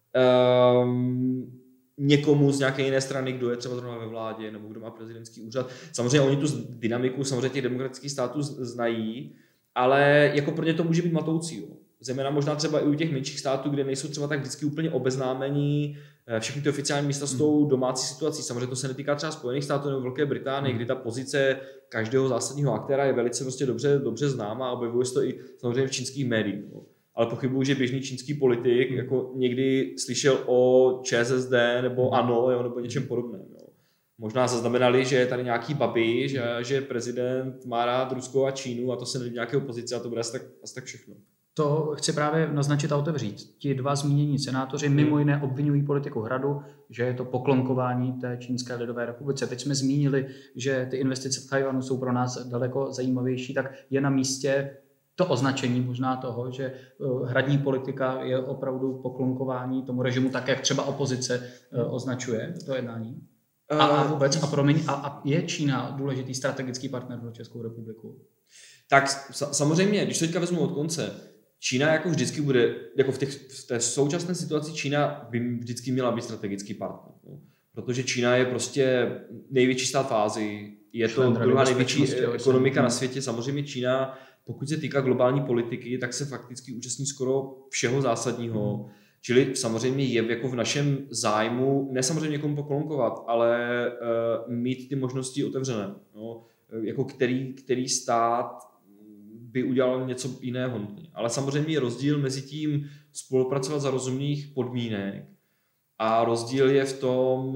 [SPEAKER 2] někomu z nějaké jiné strany, kdo je třeba zrovna ve vládě nebo kdo má prezidentský úřad. Samozřejmě oni tu dynamiku samozřejmě těch demokratických států znají, ale jako pro ně to může být matoucí. Jo. Zejména možná třeba i u těch menších států, kde nejsou třeba tak vždycky úplně obeznámení všechny ty oficiální místa s tou domácí situací. Samozřejmě to se netýká třeba Spojených států nebo Velké Británie, kdy ta pozice každého zásadního aktéra je velice prostě dobře známá a objevuje se to i samozřejmě v čínských médiích. No. Ale pochybuju, že běžný čínský politik jako někdy slyšel o ČSSD nebo ANO, jo, nebo něčem podobném. Jo. Možná zaznamenali, že je tady nějaký babi, že prezident má rád Rusko a Čínu a to se nelíbí nějaké opozice a to bude asi tak všechno.
[SPEAKER 1] To chci právě naznačit a otevřít. Ti dva zmínění senátoři mimo jiné obvinují politiku Hradu, že je to poklonkování té Čínské lidové republice. Teď jsme zmínili, že ty investice v Tchaj-wanu jsou pro nás daleko zajímavější, tak je na místě to označení možná toho, že hradní politika je opravdu poklonkování tomu režimu, tak jak třeba opozice označuje to jednání. A vůbec, a je Čína důležitý strategický partner pro Českou republiku?
[SPEAKER 2] Tak samozřejmě, když to teďka vezmu od konce, Čína jako vždycky bude, jako v té současné situaci Čína by vždycky měla být strategický partner. No? Protože Čína je prostě největší stát v Asii, je to druhá největší ekonomika na světě. Samozřejmě Čína, pokud se týká globální politiky, tak se fakticky účastní skoro všeho zásadního. Čili samozřejmě je jako v našem zájmu, ne samozřejmě někomu poklonkovat, ale mít ty možnosti otevřené. No? Jako který stát by udělal něco jiného. Ale samozřejmě je rozdíl mezi tím spolupracovat za rozumných podmínek a rozdíl je v tom,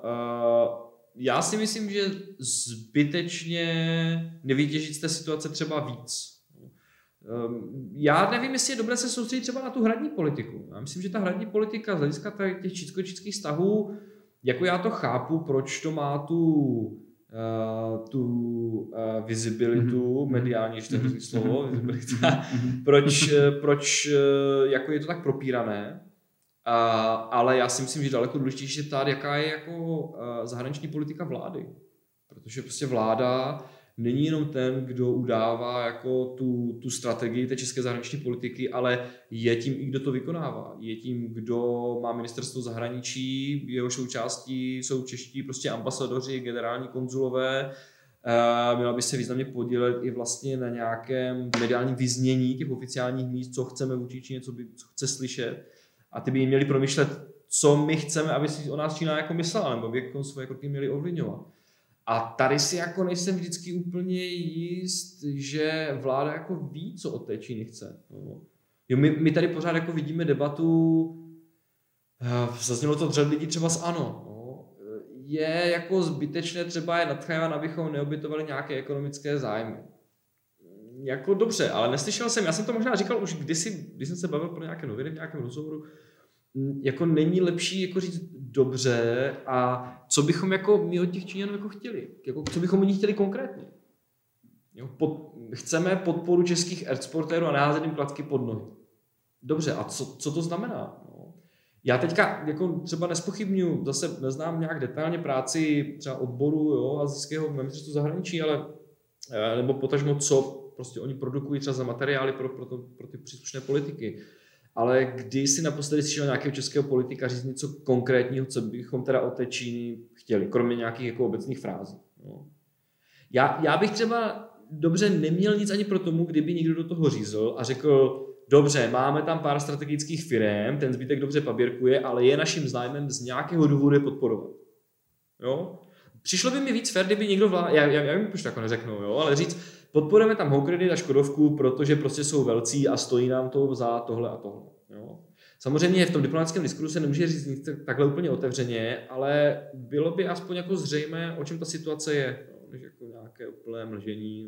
[SPEAKER 2] já si myslím, že zbytečně nevytěžit z té situace třeba víc. Já nevím, jestli je dobré se soustředit třeba na tu hradní politiku. Já myslím, že ta hradní politika z hlediska těch čínsko-čínských vztahů, jako já to chápu, proč to má tu visibilitu, mediální, že to je slovo, visibilita, proč jako je to tak propírané, ale já si myslím, že daleko důležitější je ptát, jaká je jako zahraniční politika vlády. Protože prostě vláda není jenom ten, kdo udává jako tu strategii té české zahraniční politiky, ale je tím i kdo to vykonává. Je tím, kdo má ministerstvo zahraničí, jeho součástí jsou čeští prostě ambasadoři, generální konzulové, Měla by se významně podílet i vlastně na nějakém mediálním vyznění těch oficiálních míst, co chceme vůči Číně, co chce slyšet. A ty by jim měli promýšlet, co my chceme, aby si o nás Čína jako myslela, nebo jak svoje kroky měli ovlivňovat. A tady si jako nejsem vždycky úplně jist, že vláda jako ví, co od té Číny chce. No. Jo, my tady pořád jako vidíme debatu, zaznělo to řad lidí třeba z ANO. No. Je jako zbytečné třeba je nadchávat, abychom neobětovali nějaké ekonomické zájmy. Jako dobře, ale neslyšel jsem, já jsem to možná říkal už kdysi, když jsem se bavil pro nějaké noviny v nějakém rozhovoru, jako není lepší jako říct dobře a co bychom jako my od těch Číňanů jako chtěli, jako co bychom od nich chtěli konkrétně. Jo, chceme podporu českých exportérů a neházet jim klacky pod nohy. Dobře, a co to znamená? No. Já teďka jako třeba nespochybnuju, zase neznám nějak detailně práci třeba odboru asijského ministerstvu zahraničí, ale nebo potažmo co prostě oni produkují třeba za materiály pro ty příslušné politiky. Ale když si naposledy slyšel nějakého českého politika říct něco konkrétního, co bychom teda od té Číny chtěli, kromě nějakých jako obecných frází. No. Já bych třeba dobře neměl nic ani pro tomu, kdyby někdo do toho řízl a řekl, dobře, máme tam pár strategických firem, ten zbytek dobře paběrkuje, ale je naším zájmem z nějakého důvodu je podporovat. Jo? Přišlo by mi víc fér, kdyby někdo já vím, proč to jako neřeknu, jo? Ale říct, podporujeme tam Home Credit a Škodovku, protože prostě jsou velcí a stojí nám to za tohle a tohle. Jo? Samozřejmě v tom diplomatickém diskursu se nemůže říct nic takhle úplně otevřeně, ale bylo by aspoň jako zřejmé, o čem ta situace je, jo? Než jako nějaké úplné mlžení.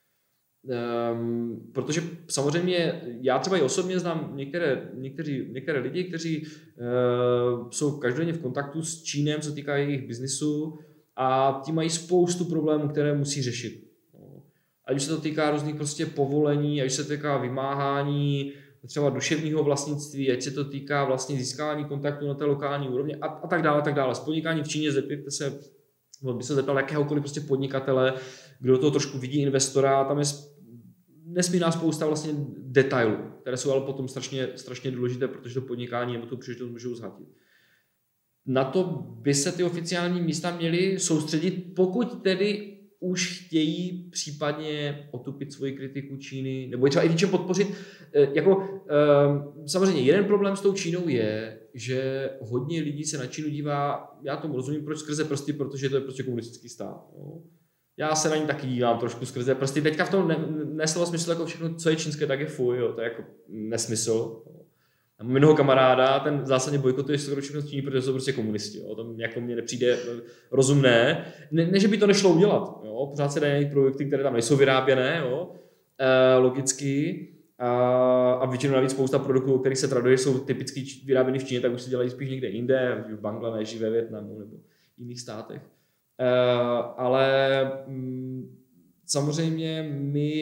[SPEAKER 2] Protože samozřejmě já třeba i osobně znám některé lidi, kteří jsou každodenně v kontaktu s Čínem, co týká jejich biznisu a ti mají spoustu problémů, které musí řešit. Ať už se to týká různých prostě povolení, ať už se to týká vymáhání třeba duševního vlastnictví, ať se to týká vlastně získávání kontaktu na té lokální úrovni a tak dále, tak dále. S podnikáním v Číně zeptejte se, by se zeptal jakéhokoliv prostě podnikatele, kdo toho trošku vidí investora, tam je nesmírná spousta vlastně detailů, které jsou ale potom strašně důležité, protože to podnikání nebo tu příležitost můžou zhatit. Na to by se ty oficiální místa měly soustředit, pokud tedy už chtějí případně otupit svoji kritiku Číny, nebo je třeba i něčem podpořit. Samozřejmě jeden problém s tou Čínou je, že hodně lidí se na Čínu dívá, já tomu rozumím, proč skrze prsty, protože to je prostě komunistický stát. No. Já se na ní taky dívám trošku skrze prsty. Teďka v tom neslova smysl jako všechno, co je čínské, tak je fuj, jo. To je jako nesmysl. A mám jednoho kamaráda, ten zásadně bojkotuje všechno z Číny, protože jsou prostě komunisti. Jo. To jako mně nepřijde rozumné. Ne, že by to nešlo udělat. Jo. Pořád se dají projekty, které tam nejsou vyráběné, jo. Logicky. A většinou navíc spousta produktů, o kterých se traduje, jsou typicky vyráběny v Číně, tak už se dělají spíš někde jinde, v Bangladeši, ve Vietnamu nebo jiných státech. Ale samozřejmě my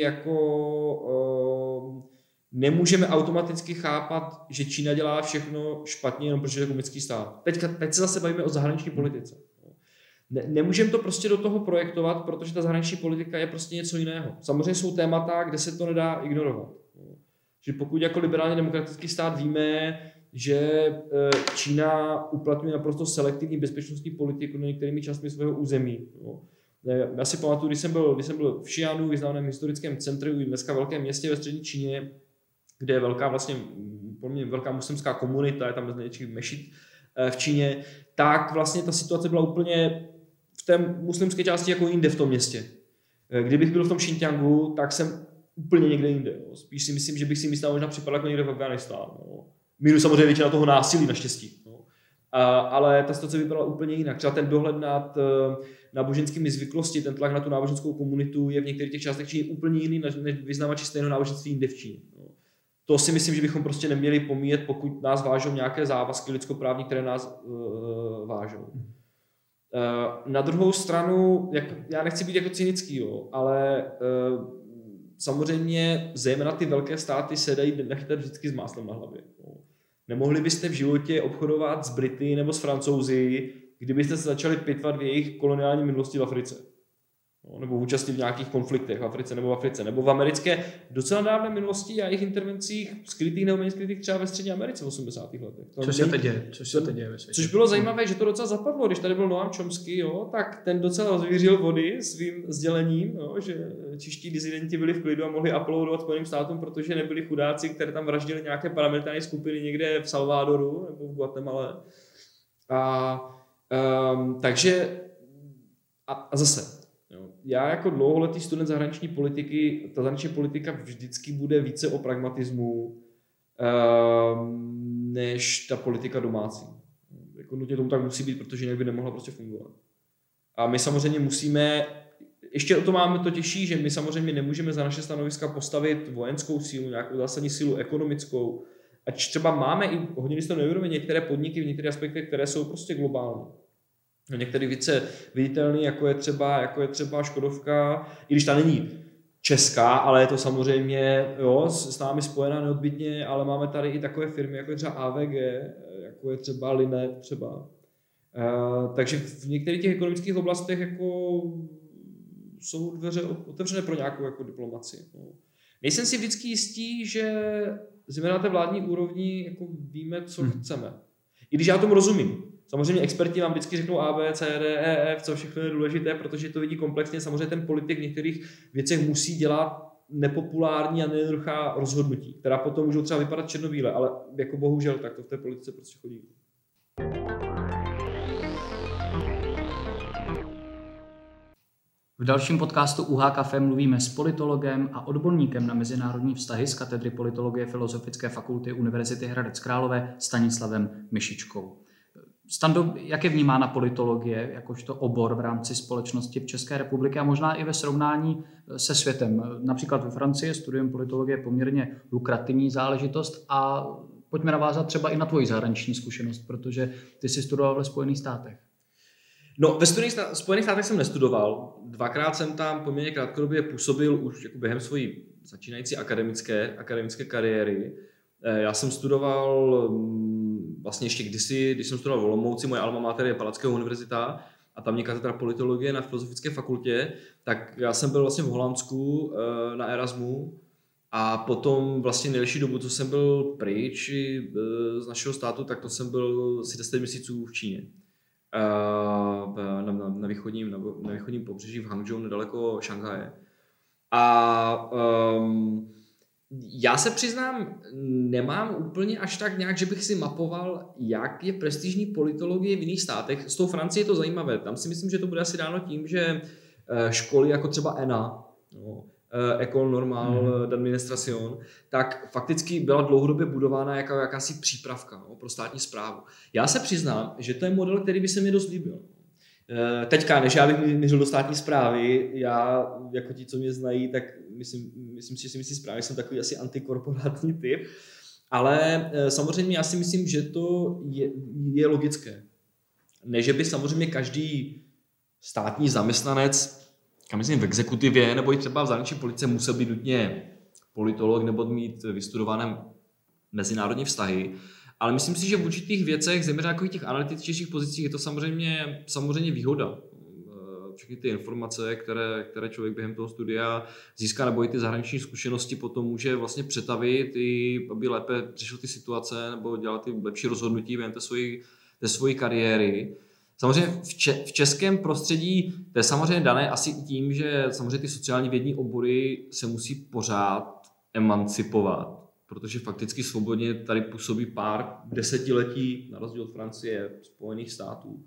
[SPEAKER 2] jako nemůžeme automaticky chápat, že Čína dělá všechno špatně, jenom protože je komunistický stát. Teď se zase bavíme o zahraniční politice. Nemůžeme to prostě do toho projektovat, protože ta zahraniční politika je prostě něco jiného. Samozřejmě jsou témata, kde se to nedá ignorovat. Že pokud jako liberálně demokratický stát víme, že Čína uplatňuje naprosto selektivní bezpečnostní politiku na některými částmi svého území. Já si pamatuju, když jsem byl v Xi'anu, významném historickém centru, dneska velkém městě ve střední Číně, kde je velká muslimská komunita, je tam největší mešit v Číně, tak vlastně ta situace byla úplně v té muslimské části jako jinde v tom městě. Kdybych byl v tom Xinjiangu, tak jsem úplně někde jinde. Jo. Spíš si myslím, že bych si myslel, možná připadal jako někde v Afghánistánu. Minus samozřejmě většina toho násilí naštěstí. No. Ale ta situace vypadala úplně jinak. Třeba ten dohled nad náboženskými zvyklosti, ten tlak na tu náboženskou komunitu je v některých těch částech Číny úplně jiný, než vyznavači stejného náboženství jinde v Číně. No. To si myslím, že bychom prostě neměli pomíjet, pokud nás vážou nějaké závazky lidskoprávní, které nás vážou. Na druhou stranu, já nechci být jako cynický, jo, ale samozřejmě zejména ty velké státy se dají nachytat vždycky s máslem na hlavě. Jo. Nemohli byste v životě obchodovat s Brity nebo s Francouzi, kdybyste se začali pitvat v jejich koloniální minulosti v Africe. nebo účastnit v nějakých konfliktech v Africe, nebo v americké docela dávné minulosti a jejich intervencích skrytých nebo méně skrytých třeba ve Střední Americe v 80. letech.
[SPEAKER 1] Což se teď děje ve světě.
[SPEAKER 2] Což bylo zajímavé, že to docela zapadlo, když tady byl Noam Chomsky, jo, tak ten docela rozvířil vody svým sdělením, jo, že čeští disidenti byli v klidu a mohli apelovat Spojeným státům, protože nebyli chudáci, které tam vraždili nějaké paramilitární skupiny někde v Salvadoru nebo v Guatemala. Takže a zase, jo, já jako dlouholetý student zahraniční politiky, ta zahraniční politika vždycky bude více o pragmatismu než ta politika domácí. Jako nutně tomu tak musí být, protože jinak by nemohla prostě fungovat. A my samozřejmě musíme, ještě o to máme to těžší, že my samozřejmě nemůžeme za naše stanoviska postavit vojenskou sílu, nějakou zásadní sílu ekonomickou. Ač třeba máme i hodně to neuvědomí některé podniky v některých aspektech, které jsou prostě globální. Některý více viditelný, jako je třeba Škodovka, i když ta není česká, ale je to samozřejmě s námi spojená neodbytně, ale máme tady i takové firmy, jako je třeba AVG, jako je třeba Linet třeba. Takže v některých těch ekonomických oblastech jako jsou dveře otevřené pro nějakou jako diplomaci. Nejsem si vždycky jistý, že zejména na té vládní úrovni jako víme, co chceme. I když já tomu rozumím. Samozřejmě experti vám vždycky řeknou A, B, C, D, E, F, co všechno je důležité, protože to vidí komplexně. Samozřejmě ten politik v některých věcech musí dělat nepopulární a nejednoduchá rozhodnutí, která potom můžou třeba vypadat černobíle, ale jako bohužel tak to v té politice prostě chodí.
[SPEAKER 1] V dalším podcastu UH Café mluvíme s politologem a odborníkem na mezinárodní vztahy z katedry politologie Filozofické fakulty Univerzity Hradec Králové Stanislavem Myšičkou. Stando, jak je vnímána politologie jakožto obor v rámci společnosti v České republice a možná i ve srovnání se světem? Například ve Francii studium politologie je poměrně lukrativní záležitost a pojďme navázat třeba i na tvoji zahraniční zkušenost, protože ty jsi studoval ve Spojených státech.
[SPEAKER 2] No, ve Spojených státech jsem nestudoval. Dvakrát jsem tam poměrně krátkodobě působil už jako během svojí začínající akademické kariéry. Já jsem studoval vlastně ještě kdysi, když jsem studoval v Olomouci, moje alma mater je Palackého univerzita a tam je katedra politologie na Filozofické fakultě, tak já jsem byl vlastně v Holandsku na Erasmu a potom vlastně nejdelší dobu, co jsem byl pryč z našeho státu, tak to jsem byl asi 10 měsíců v Číně. Na východním pobřeží v Hangzhou, nedaleko Šanghaje. A já se přiznám, nemám úplně až tak nějak, že bych si mapoval, jak je prestižní politologie v jiných státech. S tou Francií je to zajímavé. Tam si myslím, že to bude asi dáno tím, že školy jako třeba ENA, École Normale d'Administration, tak fakticky byla dlouhodobě budována jako jakási přípravka pro státní správu. Já se přiznám, že to je model, který by se mi dost líbil. Teďka, než já bych mířil do státní správy, já, jako ti, co mě znají, tak myslím si, že si myslí správně, jsem takový asi antikorporátní typ, ale samozřejmě já si myslím, že to je logické. Ne, že by samozřejmě každý státní zaměstnanec, myslím v exekutivě nebo i třeba v zahraniční politice musel být nutně politolog nebo mít vystudované mezinárodní vztahy, ale myslím si, že v určitých věcech, zejména takových těch analytičtějších pozicích, je to samozřejmě výhoda. Všechny ty informace, které člověk během toho studia získá, nebo i ty zahraniční zkušenosti potom může vlastně přetavit, aby lépe řešil ty situace nebo dělat ty lepší rozhodnutí během té svojí kariéry. Samozřejmě v českém prostředí to je samozřejmě dané asi i tím, že samozřejmě ty sociální vědní obory se musí pořád emancipovat, protože fakticky svobodně tady působí pár desetiletí, na rozdíl od Francie, Spojených států,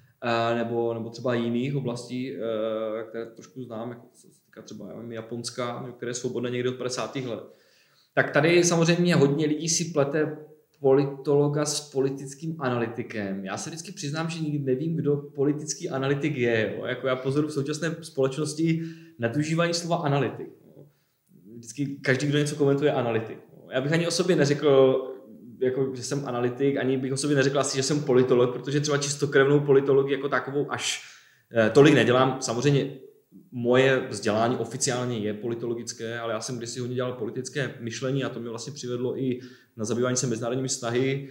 [SPEAKER 2] nebo třeba jiných oblastí, které trošku znám, jako třeba Japonska, které je svobodné někdy od 50. let. Tak tady samozřejmě hodně lidí si plete politologa s politickým analytikem. Já se vždycky přiznám, že nikdy nevím, kdo politický analytik je. Jako já pozoruji v současné společnosti nadužívání slova analytik. Vždycky každý, kdo něco komentuje, je analytik. Já bych ani o sobě neřekl, jako, že jsem analytik, ani bych o sobě neřekl asi, že jsem politolog, protože třeba čistokrevnou politologii jako takovou až tolik nedělám. Samozřejmě moje vzdělání oficiálně je politologické, ale já jsem kdysi hodně dělal politické myšlení a to mě vlastně přivedlo i na zabývání se mezinárodními vztahy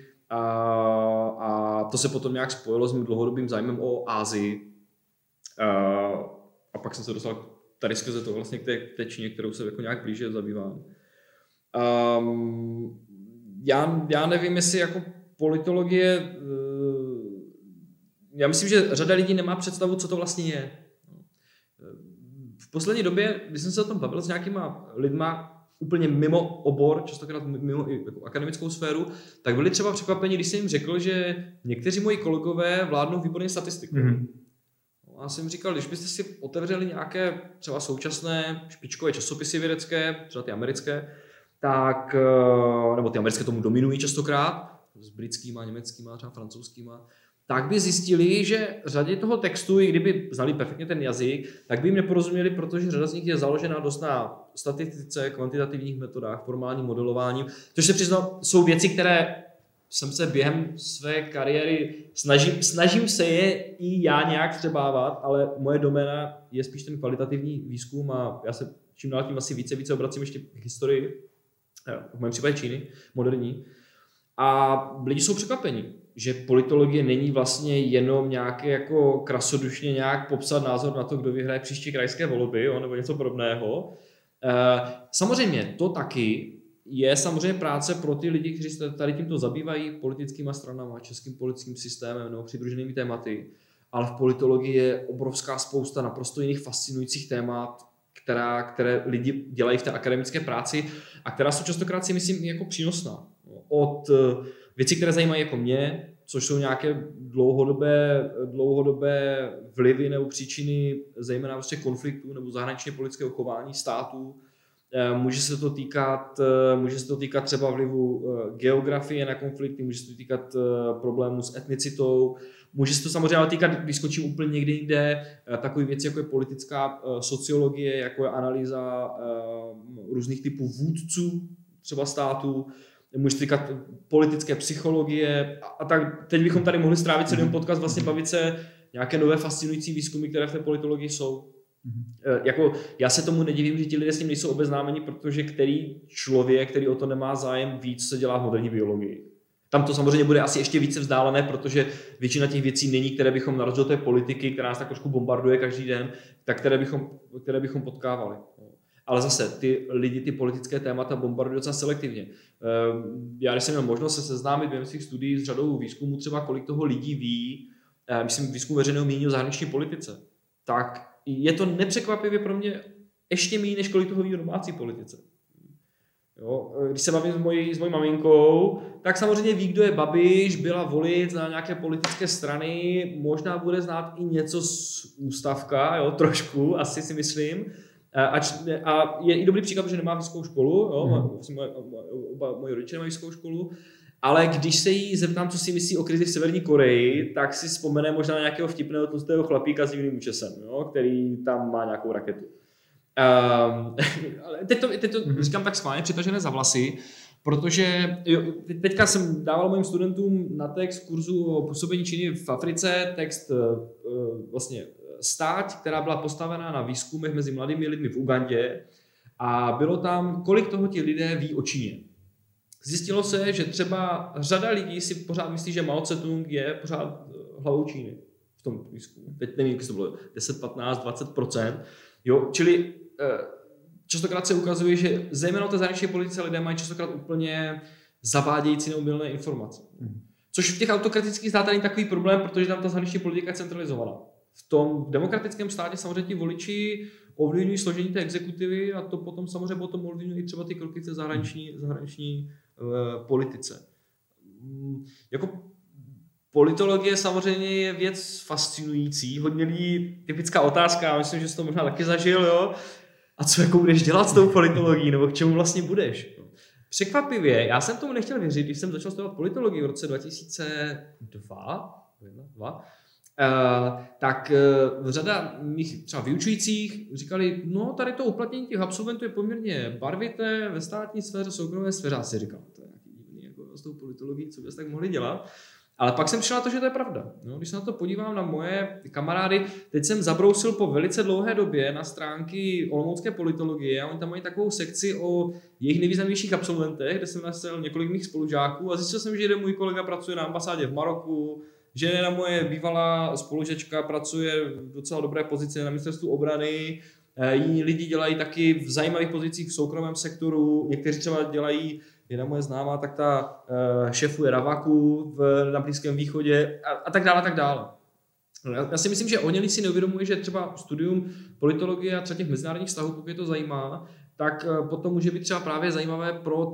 [SPEAKER 2] a to se potom nějak spojilo s mým dlouhodobým zájmem o Asii. A pak jsem se dostal tady skrze to vlastně k té Číně, kterou se jako nějak blíže zabývám. Já nevím, jestli jako politologie, já myslím, že řada lidí nemá představu, co to vlastně je. V poslední době, když jsem se o tom bavil s nějakýma lidma úplně mimo obor, častokrát mimo i jako akademickou sféru, tak byli třeba překvapeni, když jsem jim řekl, že někteří moji kolegové vládnou výborně statistiku. A jsem říkal, když byste si otevřeli nějaké třeba současné špičkové časopisy vědecké, třeba ty americké, tak, nebo ty americké tomu dominují častokrát, s britskýma, německýma, třeba francouzskýma, tak by zjistili, že řadě toho textu, i kdyby znali perfektně ten jazyk, tak by jim neporozuměli, protože řada z nich je založená dost na statistice, kvantitativních metodách, formálním modelování, což se přiznám, jsou věci, které jsem se během své kariéry snažím se je i já nějak třebávat, ale moje doména je spíš ten kvalitativní výzkum a já se čím dál tím asi více obracím ještě k historii, v mém případě Číny, moderní. A lidi jsou překvapení, že politologie není vlastně jenom nějaké jako krasodušně nějak popsat názor na to, kdo vyhraje příští krajské volby, nebo něco podobného. Samozřejmě to taky je samozřejmě práce pro ty lidi, kteří se tady tímto zabývají politickýma stranama, českým politickým systémem nebo přidruženými tématy, ale v politologii je obrovská spousta naprosto jiných fascinujících témat, které lidi dělají v té akademické práci a která jsou častokrát si myslím jako přínosná. Od věcí, které zajímají jako mě, což jsou nějaké dlouhodobé vlivy nebo příčiny, zejména prostě konfliktů nebo zahraničně politického chování států. Může se to týkat třeba vlivu geografie na konflikty, může se to týkat problémů s etnicitou, může se to samozřejmě ale týkat, když skočím úplně někde jinde, takové věci, jako je politická sociologie, jako je analýza různých typů vůdců třeba států, může se týkat politické psychologie a tak. Teď bychom tady mohli strávit celý podcast, vlastně bavit se nějaké nové fascinující výzkumy, které v té politologii jsou. Jako, já se tomu nedivím, že ti lidé s tím nejsou obeznámeni, protože který člověk, který o to nemá zájem, víc se dělá v moderní biologii. Tam to samozřejmě bude asi ještě více vzdálené, protože většina těch věcí není, které bychom na rozdíl té politiky, která nás tak trošku bombarduje každý den, tak které bychom potkávali. Ale zase ty lidi, ty politické témata bombardují docela selektivně. Já když jsem měl možnost se seznámit během svých studií s řadou výzkumů, třeba kolik toho lidí ví, myslím výzkum veřejného mínění o zahraniční politice, tak je to nepřekvapivě pro mě ještě méně, než kolik toho ví o domácí politice. Jo? Když se bavím s mojí maminkou, tak samozřejmě ví, kdo je Babiš, byla volit na nějaké politické strany, možná bude znát i něco z ústavka, jo? Trošku, asi si myslím. A je i dobrý příklad, že nemá vysokou školu, jo? Moji rodiče nemají vysokou školu, ale když se jí zeptám, co si myslí o krizi v Severní Koreji, tak si vzpomene možná na nějakého vtipného tlustého chlapíka s divným účesem, jo? Který tam má nějakou raketu. Teď to říkám tak schválně, přitažené za vlasy, protože teďka jsem dával mojim studentům na text kurzu o působení Číny v Africe, text vlastně Stáť, která byla postavená na výzkumech mezi mladými lidmi v Ugandě a bylo tam, kolik toho ti lidé ví o Číně. Zjistilo se, že třeba řada lidí si pořád myslí, že Mao Tse-tung je pořád hlavou Číny v tom výzkumu. Teď nevím, jestli to bylo 10, 15, 20%. Jo, čili častokrát se ukazuje, že zejména o té zahraniční politice lidé mají častokrát úplně zavádějící nebo mylné informace. Což v těch autokratických státech není takový problém, protože tam ta zahraniční politika je centralizovaná. V tom demokratickém státě samozřejmě ti voliči ovlivňují složení té exekutivy a to potom samozřejmě ovlivňují třeba ty kroky v té zahraniční politice. Jako politologie samozřejmě je věc fascinující, hodně lidí, typická otázka, já myslím, že jsi to možná taky zažil, jo? A co jako budeš dělat s tou politologií, nebo k čemu vlastně budeš? Překvapivě, já jsem tomu nechtěl věřit, když jsem začal studovat politologii v roce 2002, tak řada mých třeba vyučujících říkali, no tady to uplatnění těch absolventů je poměrně barvité ve státní sféře, soukromé sféře. Já si říkal, to je nějaký divný jako s tou politologií, co byste tak mohli dělat. Ale pak jsem přišel na to, že to je pravda. No, když se na to podívám na moje kamarády, teď jsem zabrousil po velice dlouhé době na stránky olomoucké politologie a oni tam mají takovou sekci o jejich nejvýznamnějších absolventech, kde jsem našel několik mých spolužáků a zjistil jsem, že jeden můj kolega pracuje na ambasádě v Maroku, Žena moje bývalá spolužečka pracuje v docela dobré pozici na ministerstvu obrany, jiní lidi dělají taky v zajímavých pozicích v soukromém sektoru, někteří třeba dělají, jedna moje známá, tak ta šéfuje Ravaku na Blízkém východě a tak dále, a tak dále. Já si myslím, že oni si neuvědomují, že třeba studium politologie a třeba těch mezinárodních vztahů, pokud je to zajímá, tak potom může být třeba právě zajímavé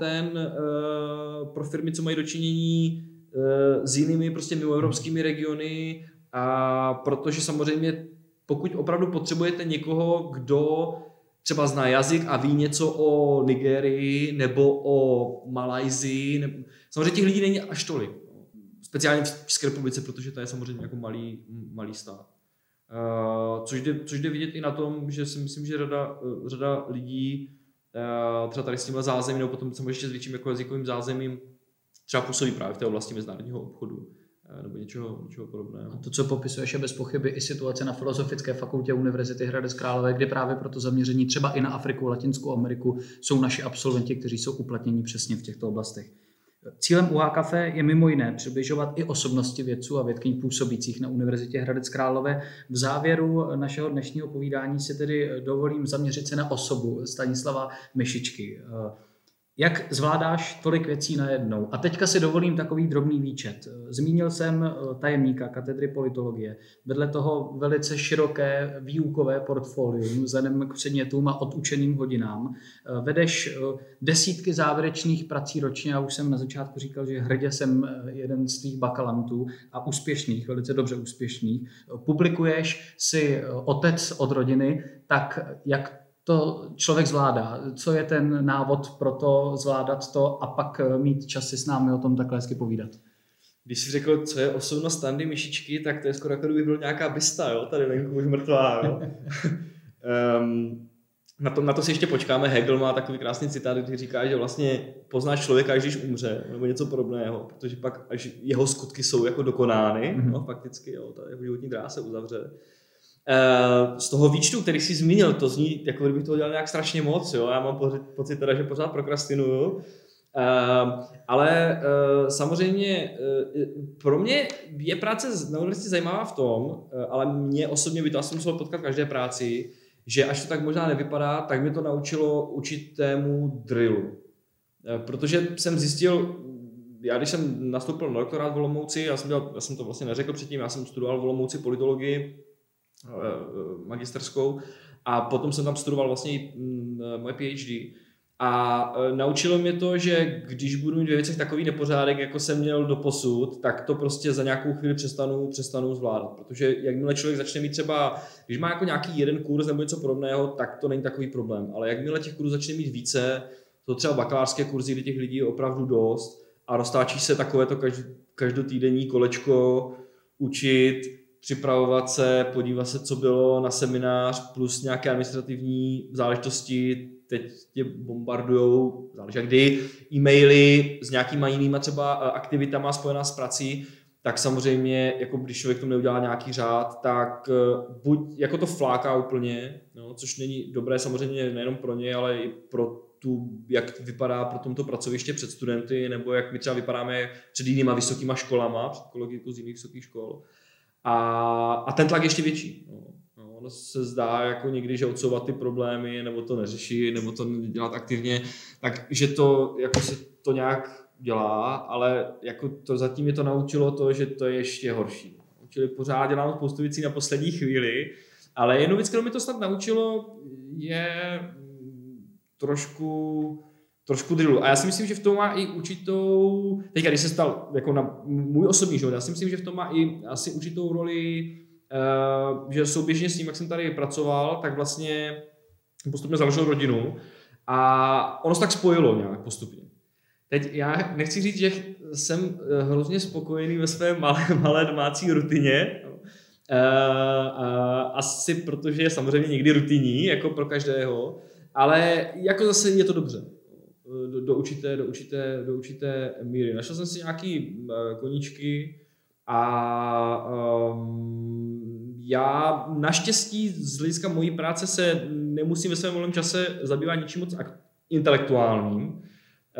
[SPEAKER 2] pro firmy, co mají dočinění s jinými prostě mimoevropskými regiony, a protože samozřejmě pokud opravdu potřebujete někoho, kdo třeba zná jazyk a ví něco o Nigérii nebo o Malajsii, samozřejmě těch lidí není až tolik. Speciálně v České republice, protože to je samozřejmě jako malý stát. Což jde vidět i na tom, že si myslím, že řada lidí třeba tady s tímhle zázemím, nebo potom samozřejmě ještě s větším jako jazykovým zázemím třeba působí právě v té oblasti mezinárodního obchodu nebo něčeho podobného.
[SPEAKER 1] A to, co popisuješ, je bez pochyby i situace na Filozofické fakultě Univerzity Hradec Králové, kde právě pro to zaměření třeba i na Afriku, Latinskou Ameriku jsou naši absolventi, kteří jsou uplatněni přesně v těchto oblastech. Cílem UH Café je mimo jiné přibližovat i osobnosti vědců a vědkyň působících na Univerzitě Hradec Králové. V závěru našeho dnešního povídání si tedy dovolím zaměřit se na osobu Stanislava Myšičky. Jak zvládáš tolik věcí najednou? A teďka si dovolím takový drobný výčet. Zmínil jsem tajemníka katedry politologie. Vedle toho velice široké výukové portfolium vzhledem k předmětům a odučeným hodinám. Vedeš desítky závěrečných prací ročně. Já už jsem na začátku říkal, že hrdě jsem jeden z tvých bakalantů a úspěšných, velice dobře úspěšných. Publikuješ, si otec od rodiny, tak jak to člověk zvládá? Co je ten návod pro to zvládat to a pak mít čas si s námi o tom takhle hezky povídat?
[SPEAKER 2] Když jsi řekl, co je osobnost Standy Myšičky, tak to je skoro jako kdyby byl nějaká bysta, jo? Tady venku už mrtvá. Jo? Na to si ještě počkáme. Hegel má takový krásný citát, který říká, že vlastně poznáš člověka, až když umře, nebo něco podobného, protože pak až jeho skutky jsou jako dokonány, no, fakticky, jo, ta jeho životní dráha se uzavře. Z toho výčtu, který jsi zmínil, to zní, jako kdybych toho dělal nějak strašně moc, jo? Já mám pocit teda, že pořád prokrastinuju, ale samozřejmě pro mě je práce na univerzitě zajímavá v tom, ale mě osobně by to asi muselo potkat v každé práci, že až to tak možná nevypadá, tak mě to naučilo určitému drillu. Protože jsem zjistil, já když jsem nastoupil na doktorát v Olomouci, já jsem to vlastně neřekl předtím, já jsem studoval v Olomouci politologii magisterskou a potom jsem tam studoval vlastně moje PhD a naučilo mě to, že když budu mít ve věcech takový nepořádek, jako jsem měl doposud, tak to prostě za nějakou chvíli přestanu zvládat, protože jakmile člověk začne mít třeba, když má jako nějaký jeden kurz nebo něco podobného, tak to není takový problém, ale jakmile těch kurzů začne mít více, to třeba bakalářské kurzy, kde těch lidí je opravdu dost a roztáčí se takovéto každotýdenní kolečko učit, připravovat se, podívat se, co bylo na seminář, plus nějaké administrativní záležitosti, teď tě bombardujou, záleží kdy, e-maily s nějakýma jinýma třeba aktivitama spojená s prací, tak samozřejmě, jako když člověk tomu neudělá nějaký řád, tak buď jako to fláká úplně, no, což není dobré samozřejmě nejenom pro ně, ale i pro jak vypadá pro tomto pracoviště před studenty, nebo jak my třeba vypadáme před jinýma vysokýma školama, před kolegy z jiných vysokých škol. A ten tlak ještě větší. No, ono se zdá jako někdy, že odsouvat ty problémy, nebo to neřeší, nebo to dělat aktivně, takže to jako se to nějak dělá, ale jako to zatím mě to naučilo to, že to je ještě horší. Čili pořád dělám spoustu věcí na poslední chvíli, ale jednu věc, kterou mi to snad naučilo, je trošku drillu. A já si myslím, že v tom má i určitou, teďka když se stal jako na můj osobní život, já si myslím, že v tom má i asi určitou roli, že souběžně s tím, jak jsem tady pracoval, tak vlastně postupně založil rodinu a ono se tak spojilo nějak postupně. Teď já nechci říct, že jsem hrozně spokojený ve své malé domácí rutině, asi protože je samozřejmě někdy rutinní, jako pro každého, ale jako zase je to dobře. Do určité míry. Našel jsem si nějaký koníčky a já naštěstí z hlediska mojí práce se nemusím ve svém volném čase zabývat ničím moc intelektuálním.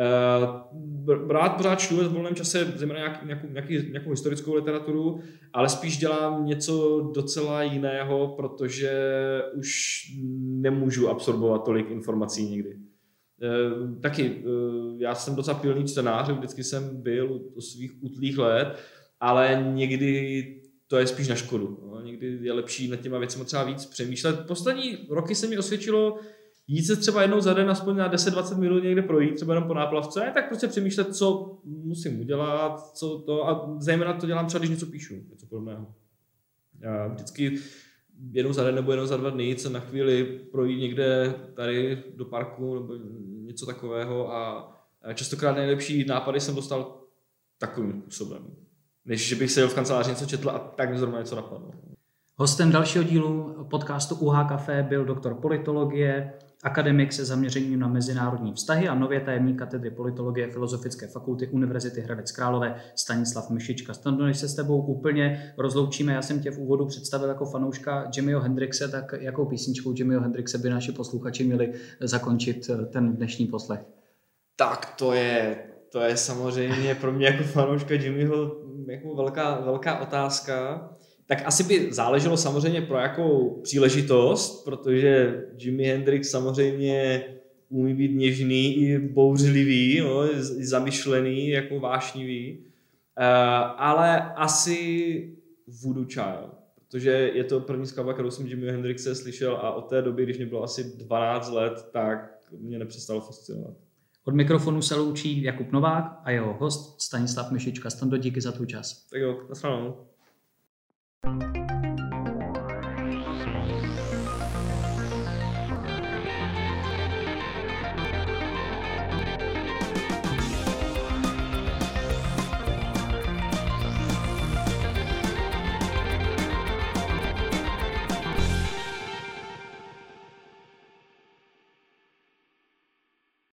[SPEAKER 2] Rád pořád čtu ve volném čase zejména nějakou historickou literaturu, ale spíš dělám něco docela jiného, protože už nemůžu absorbovat tolik informací nikdy. Taky, já jsem docela pilný čtenář, vždycky jsem byl od svých útlých let, ale někdy to je spíš na škodu. No. Někdy je lepší nad těma věcmi třeba víc přemýšlet. Poslední roky se mi osvědčilo jít se třeba jednou za den aspoň na 10-20 minut někde projít, třeba jenom po náplavce, tak prostě přemýšlet, co musím udělat, co to, a zejména to dělám třeba, když něco píšu, něco podobného. Já vždycky jednou za den nebo jednou za 2 dny se na chvíli projít někde tady do parku nebo něco takového a častokrát nejlepší nápady jsem dostal takovým způsobem, než že bych seděl v kanceláři něco četl a tak mi zrovna něco napadlo.
[SPEAKER 1] Hostem dalšího dílu podcastu UH Café byl doktor politologie, akademik se zaměřením na mezinárodní vztahy a nově tajemník katedry politologie Filozofické fakulty Univerzity Hradec Králové Stanislav Myšička. Stando, než se s tebou úplně rozloučíme, já jsem tě v úvodu představil jako fanouška Jimiho Hendrixe, tak jakou písničkou Jimiho Hendrixe by naši posluchači měli zakončit ten dnešní poslech?
[SPEAKER 2] Tak to je samozřejmě pro mě jako fanouška Jimiho jako velká otázka. Tak asi by záleželo samozřejmě pro jakou příležitost, protože Jimi Hendrix samozřejmě umí být něžný i bouřlivý, no, i zamyšlený, jako vášnivý, ale asi Voodoo Child, protože je to první skladba, kterou jsem Jimi Hendrixe slyšel a od té doby, když mě bylo asi 12 let, tak mě nepřestalo fascinovat.
[SPEAKER 1] Od mikrofonu se loučí Jakub Novák a jeho host Stanislav Myšička. Stando, díky za tvůj čas.
[SPEAKER 2] Tak jo, nasledanou.